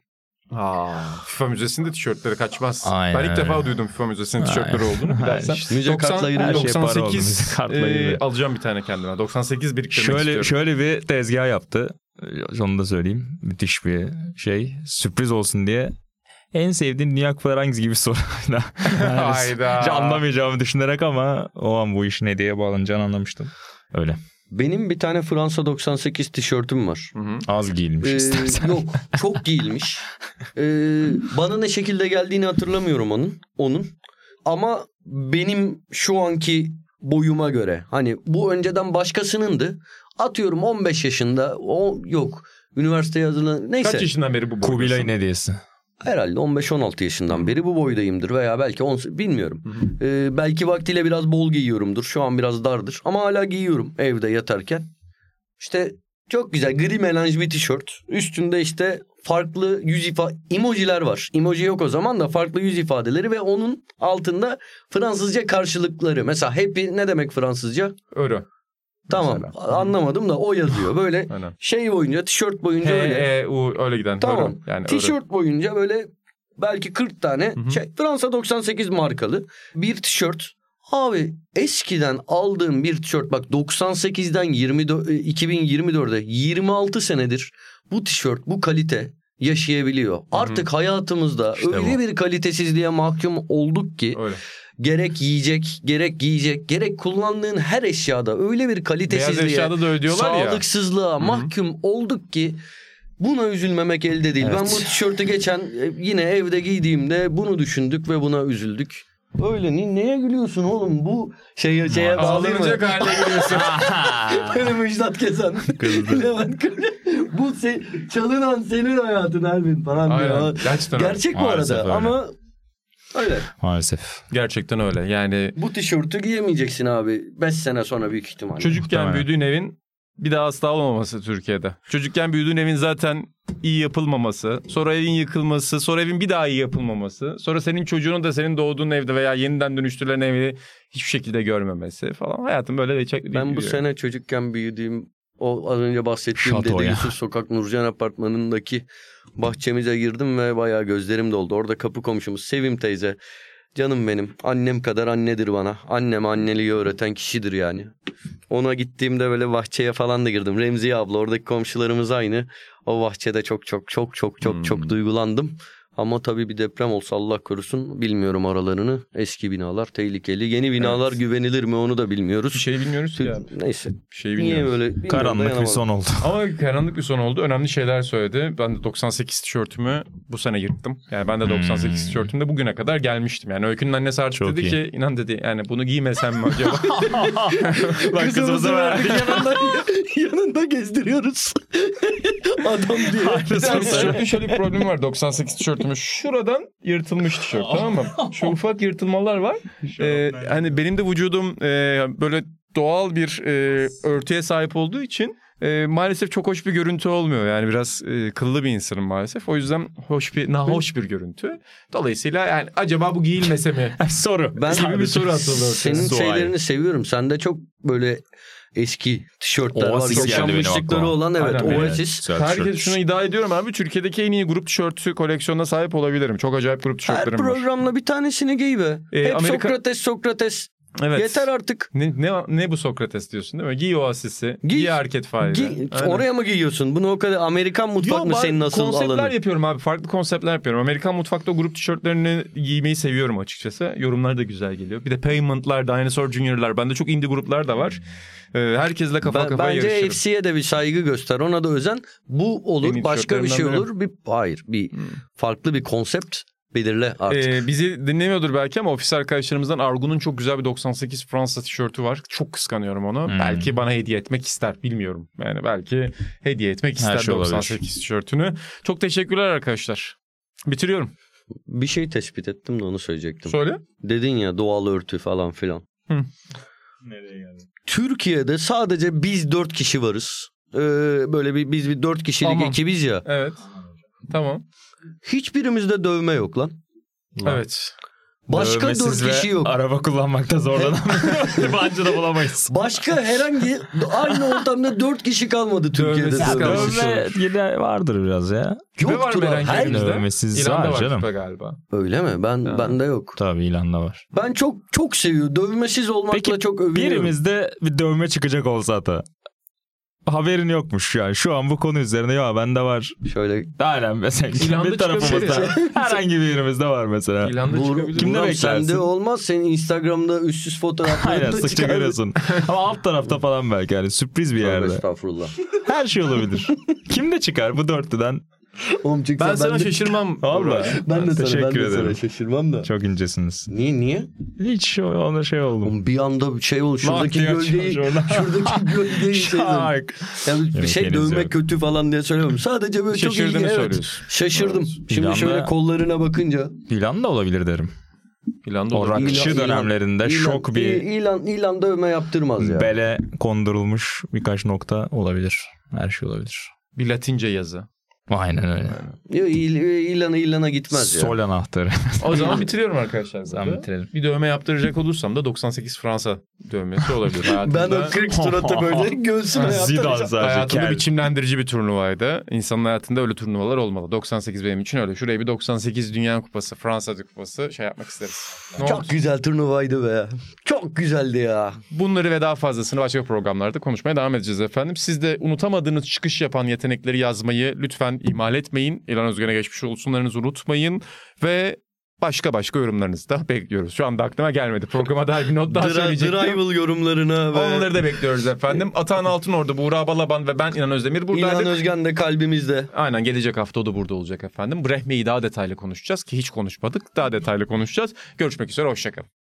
Speaker 1: Aa, FIFA Müzesi'nde tişörtleri kaçmaz.
Speaker 2: Aynen
Speaker 1: Ben ilk defa
Speaker 2: öyle.
Speaker 1: duydum FIFA Müzesi'nin
Speaker 2: Aynen.
Speaker 1: tişörtleri olduğunu. Bir
Speaker 2: Aynen
Speaker 1: dersen.
Speaker 2: işte.
Speaker 3: Müze
Speaker 1: doksan
Speaker 3: kartla
Speaker 2: Her şey para oldu,
Speaker 1: doksan sekiz
Speaker 2: müze kartla
Speaker 1: e,
Speaker 2: ilgili.
Speaker 1: alacağım bir tane kendime. doksan sekiz biriktirmek
Speaker 2: Şöyle
Speaker 1: istiyorum.
Speaker 2: şöyle bir tezgah yaptı. Onu da söyleyeyim. Müthiş bir şey. Sürpriz olsun diye. En sevdiğin Dünya Kupaları hangisi gibi soru.
Speaker 1: Hayda.
Speaker 2: Hiç anlamayacağımı düşünerek ama o an bu işin hediyeye bağlanacağını anlamıştım. Öyle.
Speaker 3: Benim bir tane Fransa doksan sekiz tişörtüm var.
Speaker 1: Hı hı.
Speaker 2: Az giyilmiş
Speaker 3: Ee,
Speaker 2: istersen.
Speaker 3: yok çok giyilmiş. Ee, bana ne şekilde geldiğini hatırlamıyorum onun. Onun. Ama benim şu anki boyuma göre hani bu önceden başkasınındı. Atıyorum on beş yaşında o yok. Üniversiteye hazırlan. Neyse.
Speaker 1: Kaç yaşından beri bu boydasın?
Speaker 2: Kubilay'ın hediyesi.
Speaker 3: herhalde on beş on altı yaşından beri bu boydayımdır veya belki on, bilmiyorum. Ee, belki vaktiyle biraz bol giyiyorumdur. Şu an biraz dardır ama hala giyiyorum evde yatarken. İşte çok güzel gri melanj bir tişört. Üstünde işte farklı yüz ifade emojiler var. Emoji yok o zaman da farklı yüz ifadeleri ve onun altında Fransızca karşılıkları. Mesela happy ne demek Fransızca?
Speaker 1: Euro.
Speaker 3: Tamam mesela. Anlamadım da o yazıyor. Böyle şey boyunca tişört boyunca
Speaker 1: He,
Speaker 3: öyle.
Speaker 1: E, U öyle giden.
Speaker 3: Tamam.
Speaker 1: Euro. Yani
Speaker 3: tişört
Speaker 1: euro.
Speaker 3: boyunca böyle belki kırk tane şey, Fransa doksan sekiz markalı bir tişört. Abi eskiden aldığım bir tişört bak doksan sekizden yirmi dört, iki bin yirmi dörde yirmi altı senedir bu tişört bu kalite yaşayabiliyor. Hı-hı. Artık hayatımızda işte öyle bu. bir kalitesizliğe mahkum olduk ki öyle. Gerek yiyecek, gerek giyecek, gerek kullandığın her eşyada öyle bir kalitesizliğe, sağlıksızlığa ya. mahkum olduk ki buna üzülmemek elde değil. Evet. Ben bu tişörtü geçen yine evde giydiğimde bunu düşündük ve buna üzüldük. Öyle ne, neye gülüyorsun oğlum? Bu şeye şeye bağlayayım mı?
Speaker 1: Ağlanacak haline gülüyorsun.
Speaker 3: Böyle Müjdat Gezen. Bu se, çalınan senin hayatın Elvin falan diyor. Gerçekten Gerçek öyle. Bu arada öyle. Ama öyle.
Speaker 2: Maalesef.
Speaker 1: Gerçekten öyle. Yani
Speaker 3: bu tişörtü giyemeyeceksin abi. beş sene sonra büyük ihtimalle.
Speaker 1: Çocukken büyüdüğün evin bir daha asla olmaması Türkiye'de. Çocukken büyüdüğün evin zaten iyi yapılmaması, sonra evin yıkılması, sonra evin bir daha iyi yapılmaması, sonra senin çocuğunun da senin doğduğun evde veya yeniden dönüştürülen evi hiçbir şekilde görmemesi falan. Hayatım böyle geçecek.
Speaker 3: Ben bu sene çocukken büyüdüğüm o az önce bahsettiğim Dede Yusuf Sokak Nurcan Apartmanı'ndaki bahçemize girdim ve bayağı gözlerim doldu. Orada kapı komşumuz Sevim teyze. Canım benim. Annem kadar annedir bana. Annem anneliği öğreten kişidir yani. Ona gittiğimde böyle bahçeye falan da girdim. Remziye abla oradaki komşularımız aynı. O bahçede çok çok çok çok çok hmm. çok duygulandım. Ama tabii bir deprem olsa Allah korusun bilmiyorum aralarını. Eski binalar tehlikeli. Yeni binalar evet. güvenilir mi onu da bilmiyoruz.
Speaker 1: Bir şey bilmiyoruz ki ya.
Speaker 3: Neyse.
Speaker 1: Bir şey bilmiyoruz.
Speaker 3: Niye böyle?
Speaker 2: Karanlık bir son oldu.
Speaker 1: Ama karanlık bir son oldu. Önemli şeyler söyledi. Ben de doksan sekiz tişörtümü bu sene yırttım. Yani ben de doksan sekiz hmm. tişörtümde bugüne kadar gelmiştim. Yani Öykü'nün annesi artık çok dedi iyi. Ki inan dedi yani bunu giymesem mi acaba?
Speaker 3: Bak kızımızı verdik yanında, yanında gezdiriyoruz. Adam diyor.
Speaker 1: Tişörtün şöyle bir problemi var. doksan sekiz tişörtümü şuradan yırtılmış tişört, tamam mı? Şu ufak yırtılmalar var. Ee, hani benim de vücudum e, böyle doğal bir e, örtüye sahip olduğu için e, maalesef çok hoş bir görüntü olmuyor. Yani biraz e, kıllı bir insanım maalesef. O yüzden hoş bir, nahoş bir görüntü. Dolayısıyla yani acaba bu giyilmese mi? Soru.
Speaker 3: Ben
Speaker 1: gibi bir soru atıldı.
Speaker 3: Senin Suay. Şeylerini seviyorum. Sende çok böyle eski tişörtler
Speaker 2: Oasis
Speaker 3: var. Yaşanmışlıkları olan evet.
Speaker 1: Aynen,
Speaker 3: Oasis.
Speaker 1: Herkes şunu iddia ediyorum abi. Türkiye'deki en iyi grup tişörtü koleksiyonuna sahip olabilirim. Çok acayip grup tişörtlerim var.
Speaker 3: Her programla var. Bir tanesini giy be. Ee, Hep Amerika... Sokrates Sokrates. Evet. Yeter artık.
Speaker 1: Ne, ne, ne bu Sokrates diyorsun değil mi? Giy Oasis'i. Giy, giy Arcade Fire'ı.
Speaker 3: Oraya mı giyiyorsun? Bunu o kadar Amerikan mutfak Yo, mı senin nasıl alanın?
Speaker 1: Konseptler yapıyorum abi. Farklı konseptler yapıyorum. Amerikan mutfakta o grup tişörtlerini giymeyi seviyorum açıkçası. Yorumlar da güzel geliyor. Bir de Payment'lar, Dinosaur Junior'lar. Bende çok indie gruplar da var. Herkesle kafa ben, kafaya
Speaker 3: bence
Speaker 1: yarışırım.
Speaker 3: Bence F C'ye de bir saygı göster. Ona da özen. Bu olur. Benim başka bir şey olur. Bir, hayır. Bir hmm. farklı bir konsept belirle artık.
Speaker 1: Ee, bizi dinlemiyordur belki ama ofis arkadaşlarımızdan Argun'un çok güzel bir doksan sekiz Fransa tişörtü var. Çok kıskanıyorum onu. Hmm. Belki bana hediye etmek ister. Bilmiyorum. Yani belki hediye etmek ister şey doksan sekiz olabilir. Tişörtünü. Çok teşekkürler arkadaşlar. Bitiriyorum.
Speaker 3: Bir şey tespit ettim de onu söyleyecektim.
Speaker 1: Söyle.
Speaker 3: Dedin ya doğal örtü falan filan.
Speaker 1: Hı.
Speaker 3: Nereye geldi? Türkiye'de sadece biz dört kişi varız. Ee, böyle bir biz bir dört kişilik tamam. ekibiz ya.
Speaker 1: Evet. Tamam.
Speaker 3: Hiçbirimizde dövme yok lan.
Speaker 1: Evet.
Speaker 3: Başka dört kişi yok.
Speaker 2: Araba kullanmakta zorlanan yabancı da bulamayız.
Speaker 3: Başka herhangi aynı ortamda dört kişi kalmadı Türkiye'de.
Speaker 2: Dövme yine vardır biraz ya.
Speaker 3: Yoktur
Speaker 1: var
Speaker 3: her
Speaker 2: dövmesiz var canım.
Speaker 1: Galiba.
Speaker 3: Öyle mi? Ben ha. Bende yok.
Speaker 2: Tabii ilanda var.
Speaker 3: Ben çok çok seviyorum. Dövmesiz olmakla
Speaker 2: Peki,
Speaker 3: çok övünüyorum.
Speaker 2: Birimizde bir dövme çıkacak olsa da haberin yokmuş yani. Şu an bu konu üzerine ya bende var.
Speaker 3: Şöyle.
Speaker 2: Aynen mesela. Bir tarafımızda. Herhangi bir yerimizde var mesela.
Speaker 3: Bu, kimde beklersin? Sende olmaz. Senin Instagram'da üstsüz fotoğraflarında
Speaker 2: aynen sıkça görüyorsun. Ama alt tarafta falan belki yani sürpriz bir yerde.
Speaker 3: Estağfurullah.
Speaker 2: Her şey olabilir. Kimde çıkar bu dörtlüden?
Speaker 3: Oğlum çıksa
Speaker 1: Ben sana
Speaker 3: de...
Speaker 1: şaşırmam.
Speaker 2: Vallahi.
Speaker 3: Ben de sana,
Speaker 2: Teşekkür
Speaker 3: ben de
Speaker 2: ederim.
Speaker 3: sana şaşırmam da.
Speaker 2: Çok incesiniz.
Speaker 3: Niye niye?
Speaker 2: Hiç ona şey oldum.
Speaker 3: Oğlum bir anda şey oldu. Şuradaki
Speaker 1: diye
Speaker 3: gölgeyi,
Speaker 1: açıyoruz
Speaker 3: şuradaki gölgeyi şey
Speaker 2: Şak.
Speaker 3: yani bir
Speaker 2: Yok,
Speaker 3: şey
Speaker 2: henüz
Speaker 3: dövmek
Speaker 2: yok.
Speaker 3: kötü falan diye söylemiyorum. Sadece böyle çok
Speaker 1: Şaşırdığını
Speaker 3: ilginç. Evet.
Speaker 1: söylüyorsun.
Speaker 3: Şaşırdım. Şimdi
Speaker 2: İlanda-
Speaker 3: şöyle kollarına bakınca.
Speaker 2: İlan da olabilir derim.
Speaker 1: İlan da
Speaker 2: O
Speaker 1: olur.
Speaker 2: rakçı
Speaker 3: İlan-
Speaker 2: dönemlerinde
Speaker 3: İlan-
Speaker 2: şok bir
Speaker 3: İlan, ilan dövme yaptırmaz ya.
Speaker 2: bele kondurulmuş birkaç nokta olabilir. Her şey olabilir.
Speaker 1: Bir Latince yazı.
Speaker 2: Aynen öyle.
Speaker 3: Yok, il- ilana ilana gitmez ya.
Speaker 2: Sol anahtarı.
Speaker 1: O zaman bitiriyorum arkadaşlar.
Speaker 2: Zaman
Speaker 1: burada.
Speaker 2: bitirelim.
Speaker 1: Bir dövme yaptıracak olursam da doksan sekiz Fransa dövmesi olabilir. Hayatımda,
Speaker 3: Ben o kırk suratı böyle göğsüme
Speaker 2: Zidane
Speaker 3: yaptıracağım.
Speaker 2: sadece.
Speaker 1: hayatımda
Speaker 2: kel.
Speaker 1: biçimlendirici bir turnuvaydı. İnsanın hayatında öyle turnuvalar olmalı. doksan sekiz benim için öyle. Şuraya bir doksan sekiz Dünya Kupası, Fransa Kupası şey yapmak isteriz. Ne olur?
Speaker 3: Çok güzel turnuvaydı be. Çok güzeldi ya.
Speaker 1: Bunları ve daha fazlasını başka programlarda konuşmaya devam edeceğiz efendim. Siz de unutamadığınız çıkış yapan yetenekleri yazmayı lütfen ihmal etmeyin. İlhan Özgen'e geçmiş olsunlarınızı unutmayın. Ve başka başka yorumlarınızı da bekliyoruz. Şu anda aklıma gelmedi. Programa dair bir not daha
Speaker 3: Dra-
Speaker 1: söyleyecektim.
Speaker 3: Drival yorumlarına ve
Speaker 1: Onları da bekliyoruz efendim. Atahan Altınordu, Buğra Balaban ve ben İlhan Özdemir buradaydık.
Speaker 3: İlhan Özgen de kalbimizde.
Speaker 1: Aynen, gelecek hafta o da burada olacak efendim. Brehme'yi daha detaylı konuşacağız ki hiç konuşmadık. Daha detaylı konuşacağız. Görüşmek üzere, hoşçakalın.